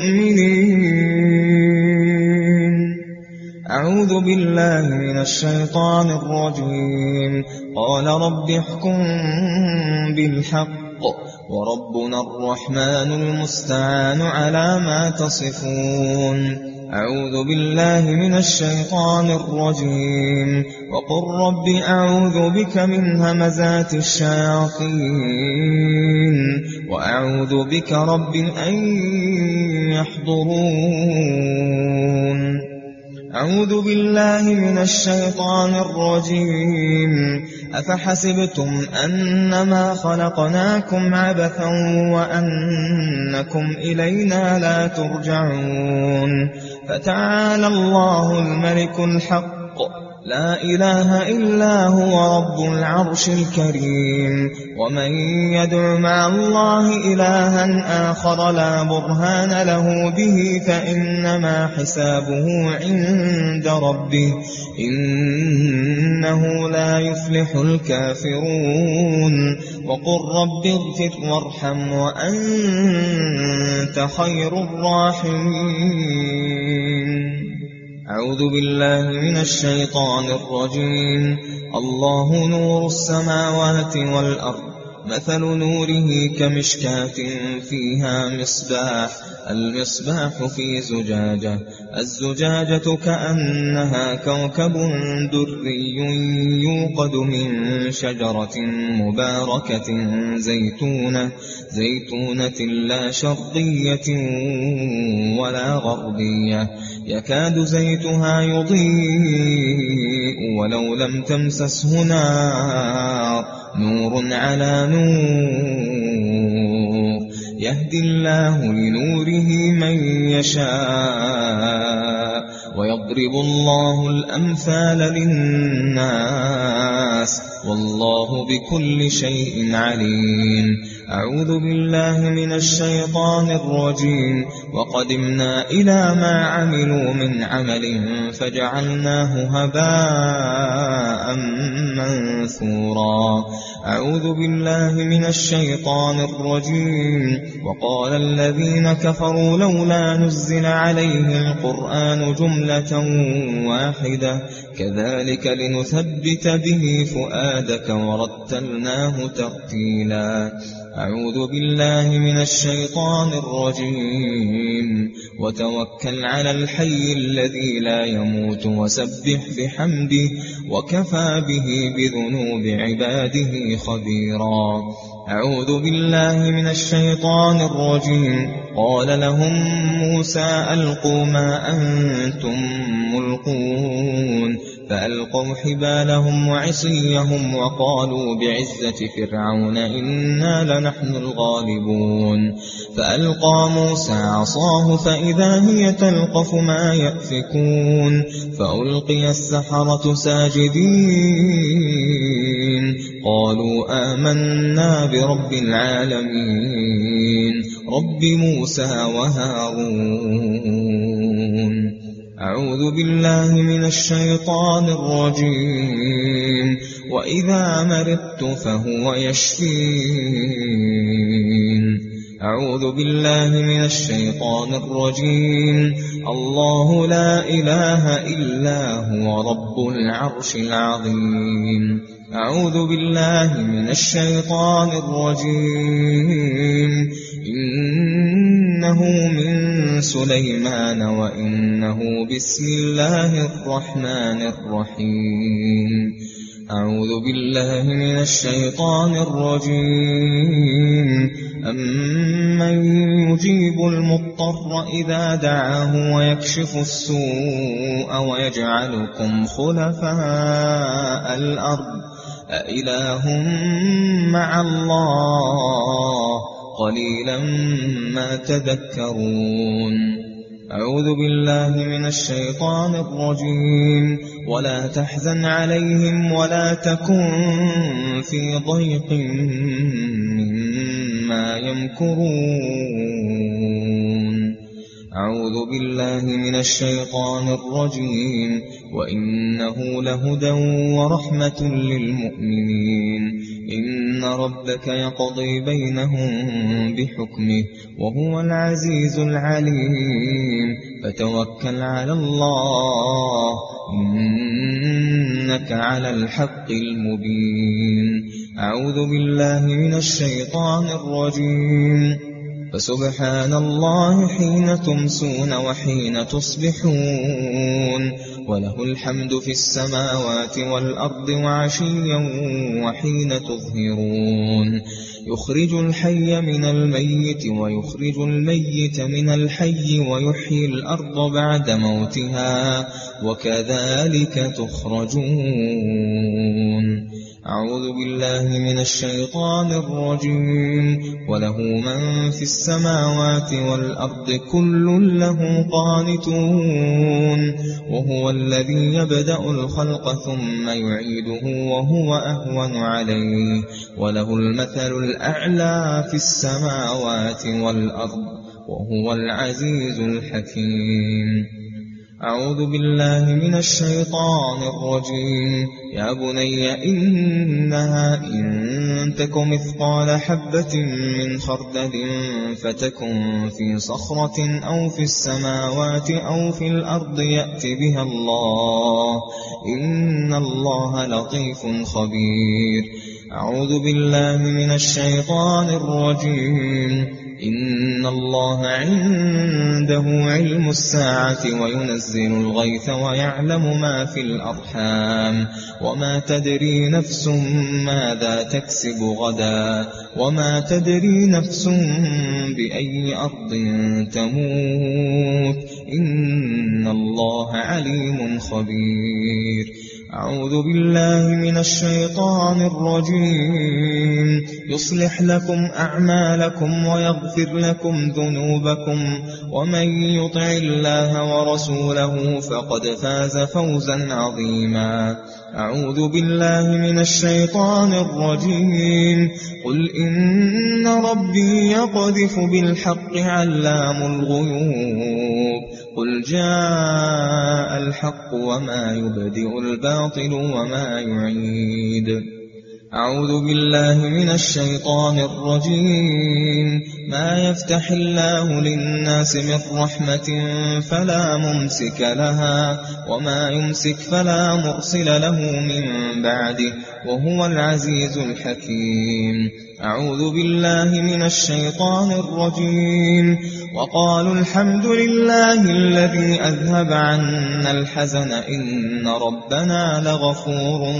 المؤمنين. أعوذ بالله من الشيطان الرجيم. قال رب احكم بالحق وربنا الرحمن المستعان على ما تصفون. أعوذ بالله من الشيطان الرجيم. وقل رب أعوذ بك من همزات الشياطين وأعوذ بك رب أن يحضرون. أعوذ بالله من الشيطان الرجيم. أفحسبتم أنما خلقناكم عبثا وأنكم إلينا لا ترجعون فتعالى الله الملك الحق لا إله إلا هو رب العرش الكريم. ومن يدع مع الله إلها آخر لا برهان له به فإنما حسابه عند ربه إنه لا يفلح الكافرون. وقل رب اغفر وارحم وأنت خير الراحمين. أعوذ بالله من الشيطان الرجيم. الله نور السماوات والأرض مثل نوره كمشكاة فيها مصباح المصباح في زجاجة الزجاجة كأنها كوكب دري يوقد من شجرة مباركة زيتونة زيتونة لا شرقية ولا غربية يكاد زيتها يضيء ولو لم تمسسه نار نور على نور يهدي الله لنوره من يشاء ويضرب الله الأمثال للناس والله بكل شيء عليم. أعوذ بالله من الشيطان الرجيم. وقدمنا إلى ما عملوا من عمل فجعلناه هباء منثورا. أعوذ بالله من الشيطان الرجيم. وقال الذين كفروا لولا نزل عليه القرآن جملة واحدة كذلك لنثبت به فؤادك ورتلناه ترتيلا. أعوذ بالله من الشيطان الرجيم. وتوكل على الحي الذي لا يموت وسبح بحمده وكفى به بذنوب عباده خبيرا. أعوذ بالله من الشيطان الرجيم. قال لهم موسى ألقوا ما أنتم ملقون فألقوا حبالهم وعصيهم وقالوا بعزة فرعون إنا لنحن الغالبون. فألقى موسى عصاه فإذا هي تلقف ما يأفكون فألقي السحرة ساجدين قالوا آمنا برب العالمين رب موسى وهارون. أعوذ بالله من الشيطان الرجيم. وإذا مرضت فهو يشفين. أعوذ بالله من الشيطان الرجيم. الله لا إله إلا هو رب العرش العظيم. أعوذ بالله من الشيطان الرجيم. إنه من سليمان وإنه بسم الله الرحمن الرحيم. أعوذ بالله من الشيطان الرجيم. أمن يجيب المضطر إذا دعاه ويكشف السوء ويجعلكم خلفاء الأرض أإله مع الله قليلا ما تذكرون. أعوذ بالله من الشيطان الرجيم. ولا تحزن عليهم ولا تكن في ضيق مما يمكرون. أعوذ بالله من الشيطان الرجيم. وإنه لهدى ورحمة للمؤمنين. إن ربك يقضي بينهم بحكمه وهو العزيز العليم. فتوكل على الله إنك على الحق المبين. أعوذ بالله من الشيطان الرجيم. فسبحان الله حين تمسون وحين تصبحون. وله الحمد في السماوات والأرض وعشيا وحين تظهرون. يخرج الحي من الميت ويخرج الميت من الحي ويحيي الأرض بعد موتها وكذلك تخرجون. أعوذ بالله من الشيطان الرجيم. وله من في السماوات والأرض كل له قانتون. وهو الذي يبدأ الخلق ثم يعيده وهو أهون عليه. وله المثل الأعلى في السماوات والأرض وهو العزيز الحكيم. أعوذ بالله من الشيطان الرجيم. يا بني إنها إن تك مثقال حبة من خردل فتكن في صخرة أو في السماوات أو في الأرض يأت بها الله إن الله لطيف خبير. أعوذ بالله من الشيطان الرجيم. إن الله عنده علم الساعة وينزل الغيث ويعلم ما في الأرحام وما تدري نفس ماذا تكسب غدا وما تدري نفس بأي أرض تموت إن الله عليم خبير. أعوذ بالله من الشيطان الرجيم. يصلح لكم أعمالكم ويغفر لكم ذنوبكم ومن يطع الله ورسوله فقد فاز فوزا عظيما. أعوذ بالله من الشيطان الرجيم. قل إن ربي يقذف بالحق علام الغيوب. قل جاء الحق وما يبدئ الباطل وما يعيد. أعوذ بالله من الشيطان الرجيم. ما يفتح الله للناس من رحمة فلا ممسك لها وما يمسك فلا مرسل له من بعده وهو العزيز الحكيم. أعوذ بالله من الشيطان الرجيم. وقالوا الحمد لله الذي أذهب عنا الحزن إن ربنا لغفور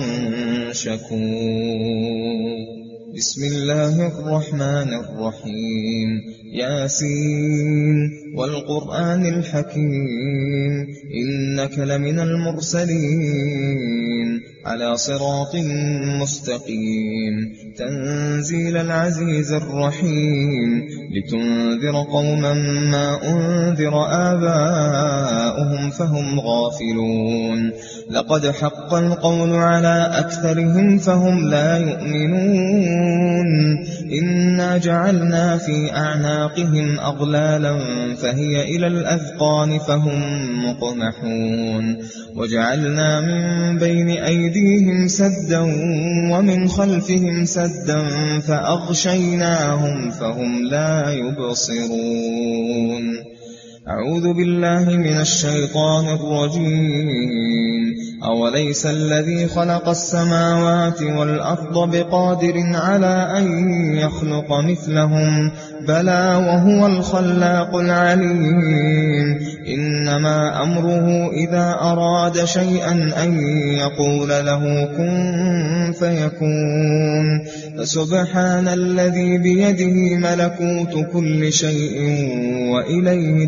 شكور. بسم الله الرحمن الرحيم. ياسين والقرآن الحكيم إنك لمن المرسلين على صراط مستقيم تنزيل العزيز الرحيم لتنذر قوما ما أنذر آباؤهم فهم غافلون. لقد حق القول على أكثرهم فهم لا يؤمنون إنا جعلنا في أعناقهم أغلالا فهي إلى الأذقان فهم مقمحون وجعلنا من بين أيديهم سدا ومن خلفهم سدا فأغشيناهم فهم لا يبصرون أعوذ بالله من الشيطان الرجيم أوليس الذي خلق السماوات والأرض بقادر على أن يخلق مثلهم بلى وهو الخلاق العليم إنما أمره إذا أراد شيئا أن يقول له كن فيكون فسبحان الذي بيده ملكوت كل شيء وإليه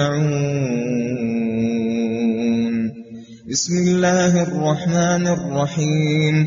ترجعون بسم الله الرحمن الرحيم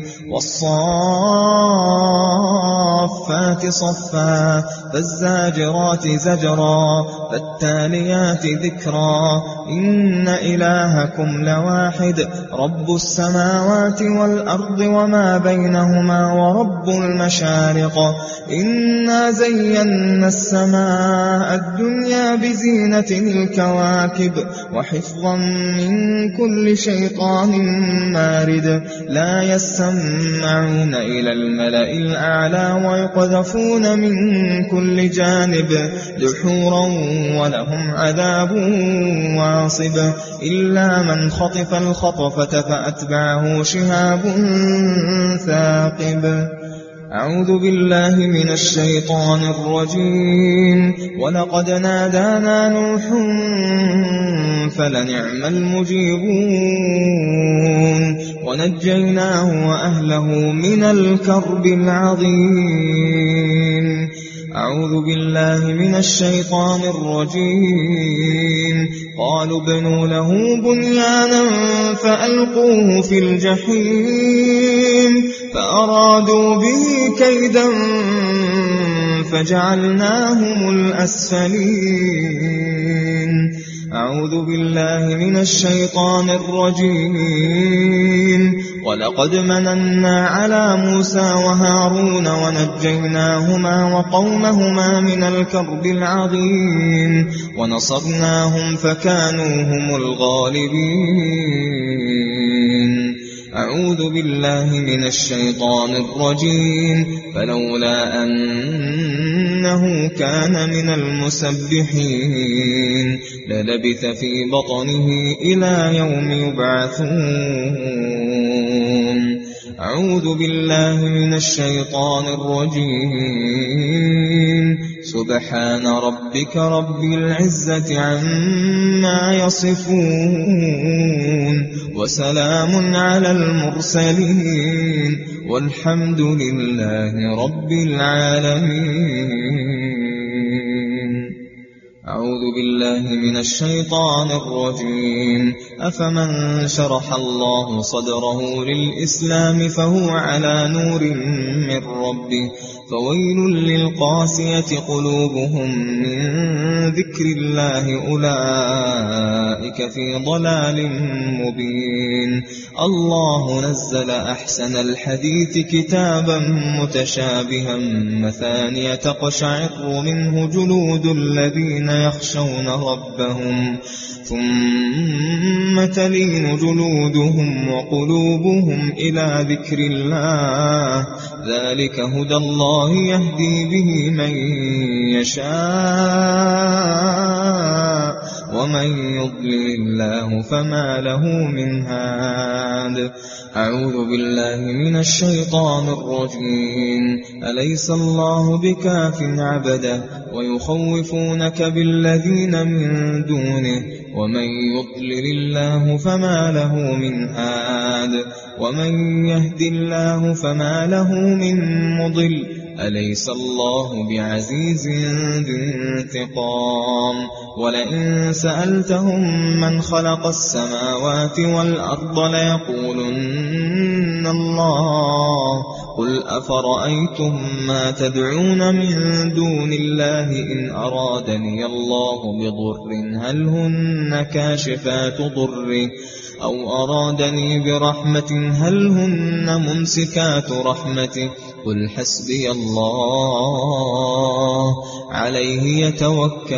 والصافات صفا فالزاجرات زجرا فالتاليات ذكرا إن إلهكم لواحد رب السماوات والأرض وما بينهما ورب المشارق إنا زينا السماء الدنيا بزينة الكواكب وحفظا من كل شيطان مارد لا يسمعون إلى الملأ الأعلى ويقذفون من كل جانب دحورا ولهم عذاب واصب إلا من خطف الخطفة فأتبعه شهاب ثاقب أعوذ بالله من الشيطان الرجيم ولقد نادانا نوح فلنعم المجيبون ونجيناه وأهله من الكرب العظيم أعوذ بالله من الشيطان الرجيم قالوا ابنوا له بنيانا فألقوه في الجحيم فأرادوا به كيدا فجعلناهم الأسفلين أعوذ بالله من الشيطان الرجيم ولقد مننا على موسى وهارون ونجيناهما وقومهما من الكرب العظيم ونصرناهم فكانوا هم الغالبين أعوذ بالله من الشيطان الرجيم فلولا أنه كان من المسبحين للبث في بطنه إلى يوم يبعثون أعوذ بالله من الشيطان الرجيم سبحان ربك رب العزة عما يصفون وسلام على المرسلين والحمد لله رب العالمين أعوذ بالله من الشيطان الرجيم أفمن شرح الله صدره للإسلام فهو على نور من ربه فويل للقاسية قلوبهم من ذكر الله أولئك في ضلال مبين الله نزل أحسن الحديث كتابا متشابها مثانية تقشعر منه جلود الذين يخشون ربهم ثم تلين جلودهم وقلوبهم إلى ذكر الله ذلك هدى الله يهدي به من يشاء ومن يضلل الله فما له من هاد أعوذ بالله من الشيطان الرجيم أليس الله بكاف عبده ويخوفونك بالذين من دونه ومن يضلل الله فما له من هاد ومن يهد الله فما له من مضل أليس الله بعزيز ذي انتقام ولئن سألتهم من خلق السماوات والأرض ليقولن الله قل أفرأيتم ما تدعون من دون الله إن أرادني الله بضر هل هن كاشفات ضره أو أرادني برحمة هل هن ممسكات رحمته قل حسبي الله عليه يتوكل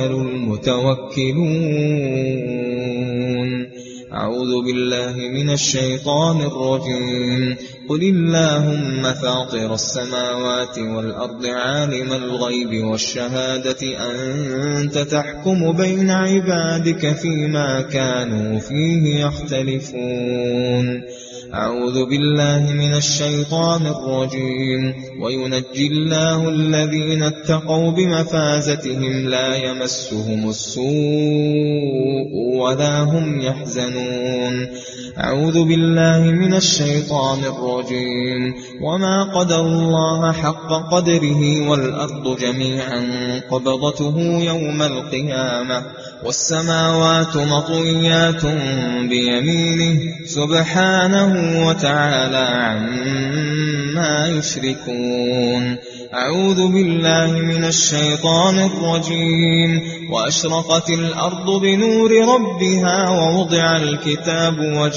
المتوكلون. أعوذ بالله من الشيطان الرجيم. قل اللهم فاطر السماوات والأرض عالم الغيب والشهادة أنت تحكم بين عبادك فيما كانوا فيه يختلفون. أعوذ بالله من الشيطان الرجيم. وينجي الله الذين اتقوا بمفازتهم لا يمسهم السوء ولا هم يحزنون. أعوذ بالله من الشيطان الرجيم. وما قدر الله حق قدره والأرض جميعا قبضته يوم القيامة والسماوات مطويات بيمينه سبحانه وتعالى عما يشركون. أعوذ بالله من الشيطان الرجيم. وأشرقت الأرض بنور ربها ووضع الكتاب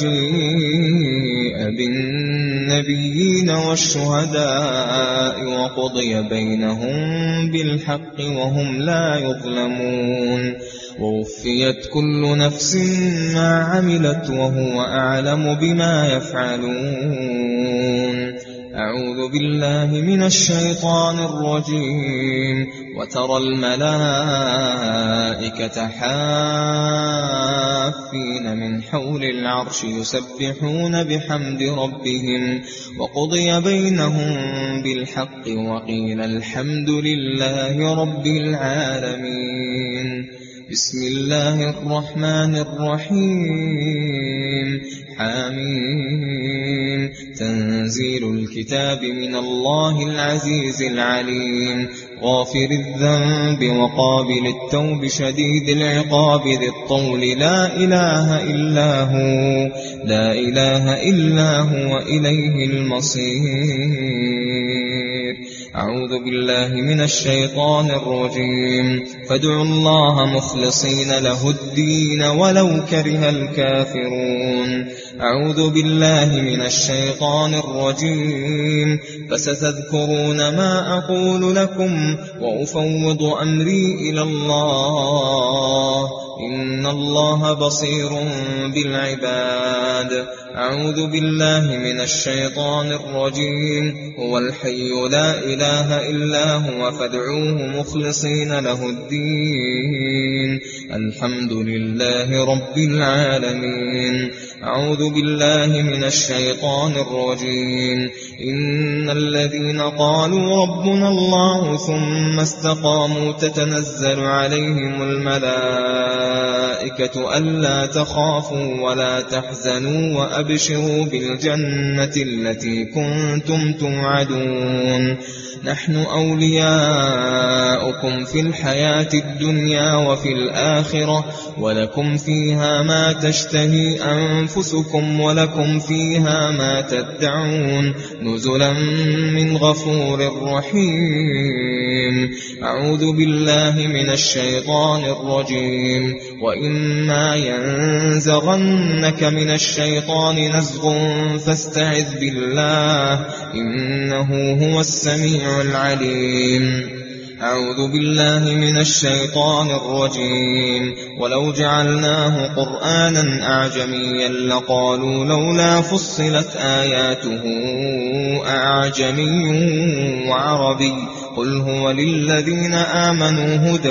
وجيء بالنبيين والشهداء وقضي بينهم بالحق وهم لا يظلمون. ووفيت كل نفس ما عملت وهو أعلم بما يفعلون. أعوذ بالله من الشيطان الرجيم. وترى الملائكة حافين من حول العرش يسبحون بحمد ربهم وقضي بينهم بالحق وقيل الحمد لله رب العالمين. بسم الله الرحمن الرحيم. حميم. تنزيل الكتاب من الله العزيز العليم غافر الذنب وقابل التوب شديد العقاب ذي الطول لا إله إلا هو لا إله إلا هو إليه المصير. أعوذ بالله من الشيطان الرجيم. فادعوا الله مخلصين له الدين ولو كره الكافرون. أعوذ بالله من الشيطان الرجيم. فستذكرون ما أقول لكم وأفوض أمري إلى الله إن الله بصير بالعباد. أعوذ بالله من الشيطان الرجيم. هو الحي لا إله إلا هو فادعوه مخلصين له الدين الحمد لله رب العالمين. أعوذ بالله من الشيطان الرجيم. إن الذين قالوا ربنا الله ثم استقاموا تتنزل عليهم الملائكة ألا تخافوا ولا تحزنوا وأبشروا بالجنة التي كنتم توعدون. نحن أولياؤكم في الحياة الدنيا وفي الآخرة ولكم فيها ما تشتهي أنفسكم ولكم فيها ما تدعون نزلا من غفور رحيم. أعوذ بالله من الشيطان الرجيم. وإما ينزغنك من الشيطان نزغ فاستعذ بالله إنه هو السميع العليم. أعوذ بالله من الشيطان الرجيم. ولو جعلناه قرآنا أعجميا لقالوا لولا فصلت آياته أعجمي وعربي قل هو للذين آمنوا هدى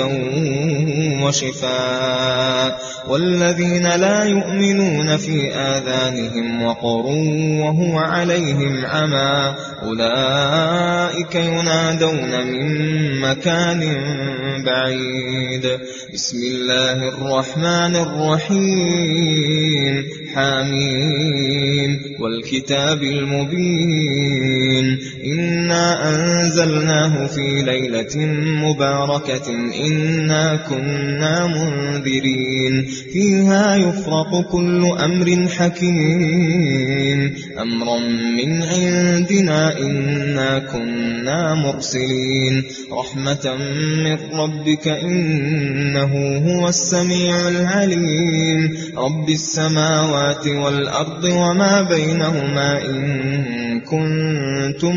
وشفاء والذين لا يؤمنون في آذانهم وقر وهو عليهم عمى أولئك ينادون من مكان بعيد. بسم الله الرحمن الرحيم. حميم. والكتاب المبين. إنا أنزلناه في في ليلة مباركة إنا كنا منذرين فيها يفرق كل أمر حكيم أمرا من عندنا إنا كنا مرسلين رحمة من ربك إنه هو السميع العليم رب السماوات والأرض وما بينهما إن كنتم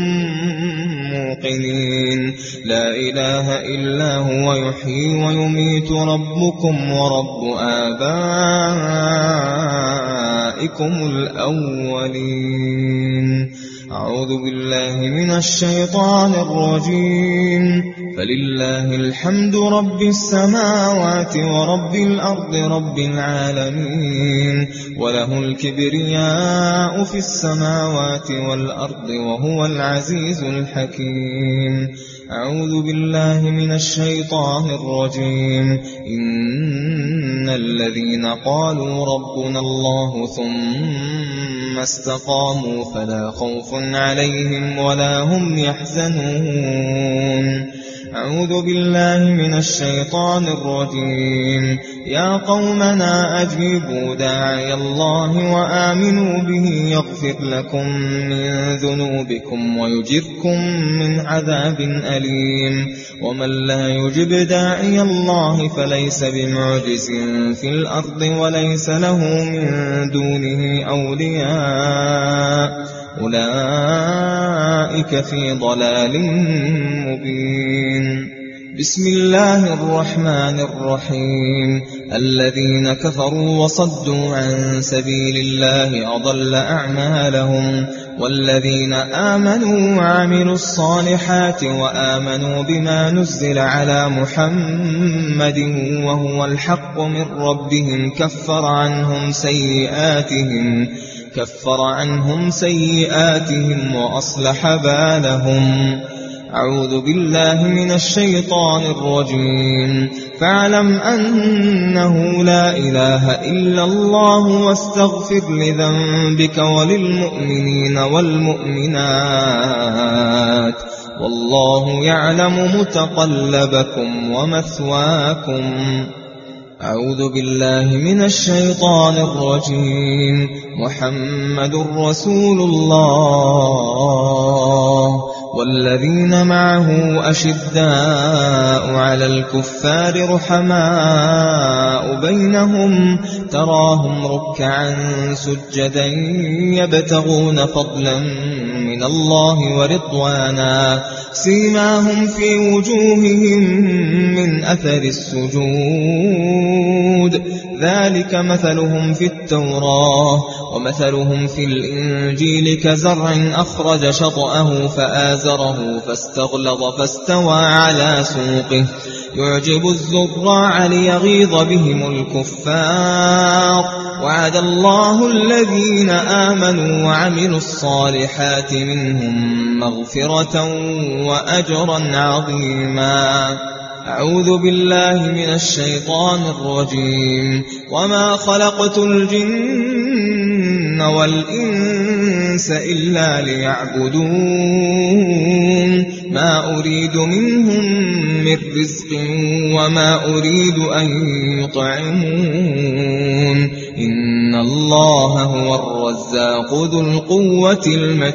موقنين لا إله إلا هو يحيي ويميت ربكم ورب آبائكم الأولين أعوذ بالله من الشيطان الرجيم فلله الحمد رب السماوات ورب الأرض رب العالمين وله الكبرياء في السماوات والأرض وهو العزيز الحكيم أعوذ بالله من الشيطان الرجيم إن الذين قالوا ربنا الله ثم استقاموا فلا خوف عليهم ولا هم يحزنون أعوذ بالله من الشيطان الرجيم يا قومنا أجيبوا داعي الله وآمنوا به يغفر لكم من ذنوبكم ويجركم من عذاب أليم ومن لا يجب داعي الله فليس بمعجز في الأرض وليس له من دونه أولياء أولئك في ضلال مبين بسم الله الرحمن الرحيم الذين كفروا وصدوا عن سبيل الله أضل أعمالهم والذين آمنوا وعملوا الصالحات وآمنوا بما نزل على محمد وهو الحق من ربهم كفر عنهم سيئاتهم كفر عنهم سيئاتهم وأصلح بالهم أعوذ بالله من الشيطان الرجيم فاعلم أنه لا إله إلا الله واستغفر لذنبك وللمؤمنين والمؤمنات والله يعلم متقلبكم ومثواكم أعوذ بالله من الشيطان الرجيم محمد رسول الله والذين معه أشداء على الكفار رحماء بينهم تراهم ركعا سجدا يبتغون فضلا من الله ورضوانا سيماهم في وجوههم من أثر السجود ذلك مثلهم في التوراة ومثلهم في الإنجيل كزرع أخرج شطأه فآزره فاستغلظ فاستوى على سوقه يعجب الزراع ليغيظ بهم الكفار وعد الله الذين آمنوا وعملوا الصالحات منهم مغفرة وأجرا عظيما أعوذ بالله من الشيطان الرجيم وما خلقت الجن والإنس إلا ليعبدون ما أريد منهم من رزق وما أريد أن يطعمون إن الله هو الرزاق ذو القوة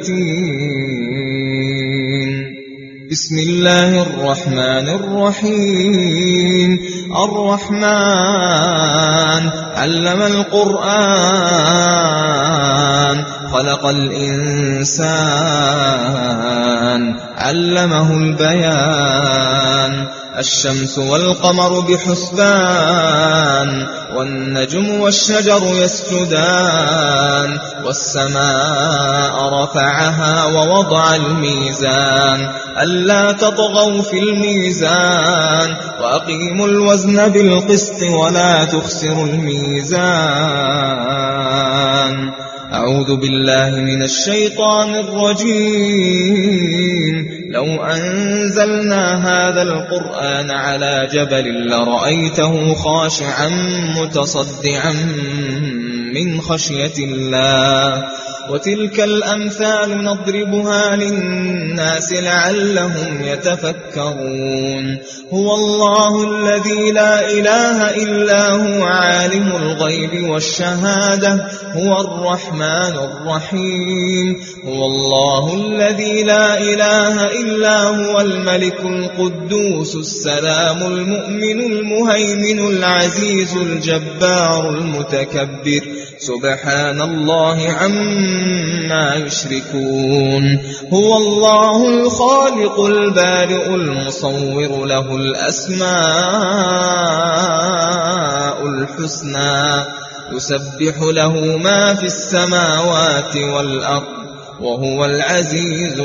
المتين بسم الله الرحمن الرحيم الرحمن علم القرآن خلق الإنسان علمه البيان الشمس والقمر بحسبان والنجم والشجر يسجدان والسماء رفعها ووضع الميزان ألا تطغوا في الميزان وأقيموا الوزن بالقسط ولا تخسروا الميزان أعوذ بالله من الشيطان الرجيم لو أنزلنا هذا القرآن على جبل لرأيته خاشعا متصدعا من خشية الله وتلك الأمثال نضربها للناس لعلهم يتفكرون هو الله الذي لا إله إلا هو عالم الغيب والشهادة هو الرحمن الرحيم هو الله الذي لا إله إلا هو الملك القدوس السلام المؤمن المهيمن العزيز الجبار المتكبر سبحان الله عما يشركون هو الله الخالق البارئ المصور له الأسماء الحسنى يسبح له ما في السماوات والأرض وهو العزيز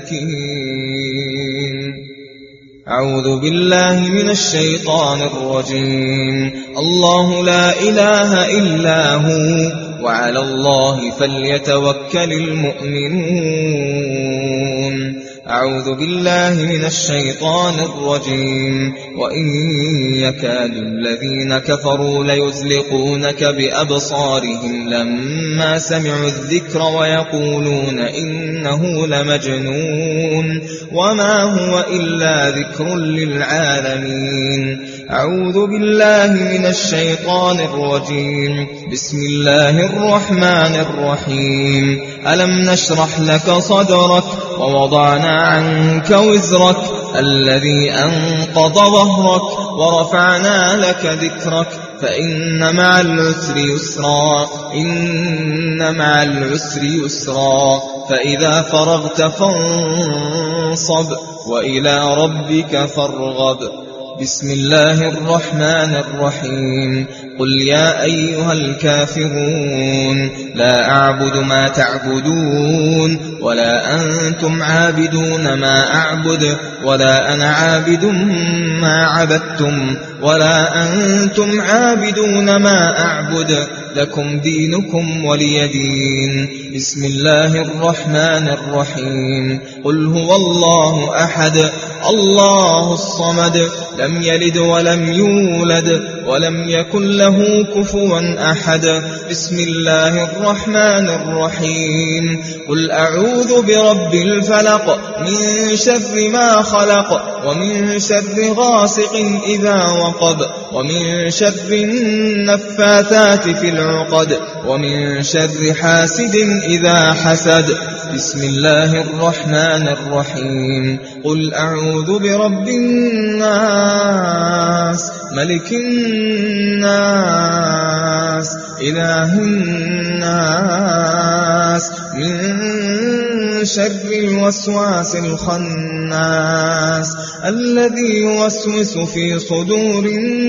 الحكيم أعوذ بالله من الشيطان الرجيم الله لا إله إلا هو وعلى الله فليتوكل المؤمنون أعوذ بالله من الشيطان الرجيم وإن يكاد الذين كفروا ليزلقونك بأبصارهم لما سمعوا الذكر ويقولون إنه لمجنون وما هو إلا ذكر للعالمين أعوذ بالله من الشيطان الرجيم بسم الله الرحمن الرحيم ألم نشرح لك صدرك ووضعنا عنك وزرك الذي أنقض ظهرك ورفعنا لك ذكرك فإن مع العسر يسرا إن مع العسر يسرا فإذا فرغت فانصب وإلى ربك فارغب بسم الله الرحمن الرحيم قل يا أيها الكافرون لا أعبد ما تعبدون ولا أنتم عابدون ما أعبد ولا أنا عابد ما عبدتم ولا أنتم عابدون ما أعبد لكم دينكم ولي دين بسم الله الرحمن الرحيم قل هو الله أحد الله الصمد لم يلد ولم يولد ولم يكن له كفوا أحد بسم الله الرحمن الرحيم قل أعوذ برب الفلق من شر ما خلق ومن شر غاسق إذا وقب ومن شر النفاثات في العقد ومن شر حاسد إذا حسد بسم الله الرحمن الرحيم قل أعوذ برب الناس ملك الناس إله الناس من شر الوسواس الخناس الذي يوسوس في صدور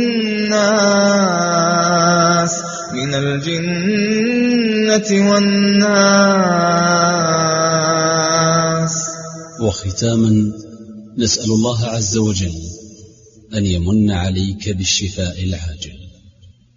الناس من الجنة والناس. وختاما نسأل الله عز وجل أن يمن عليك بالشفاء العاجل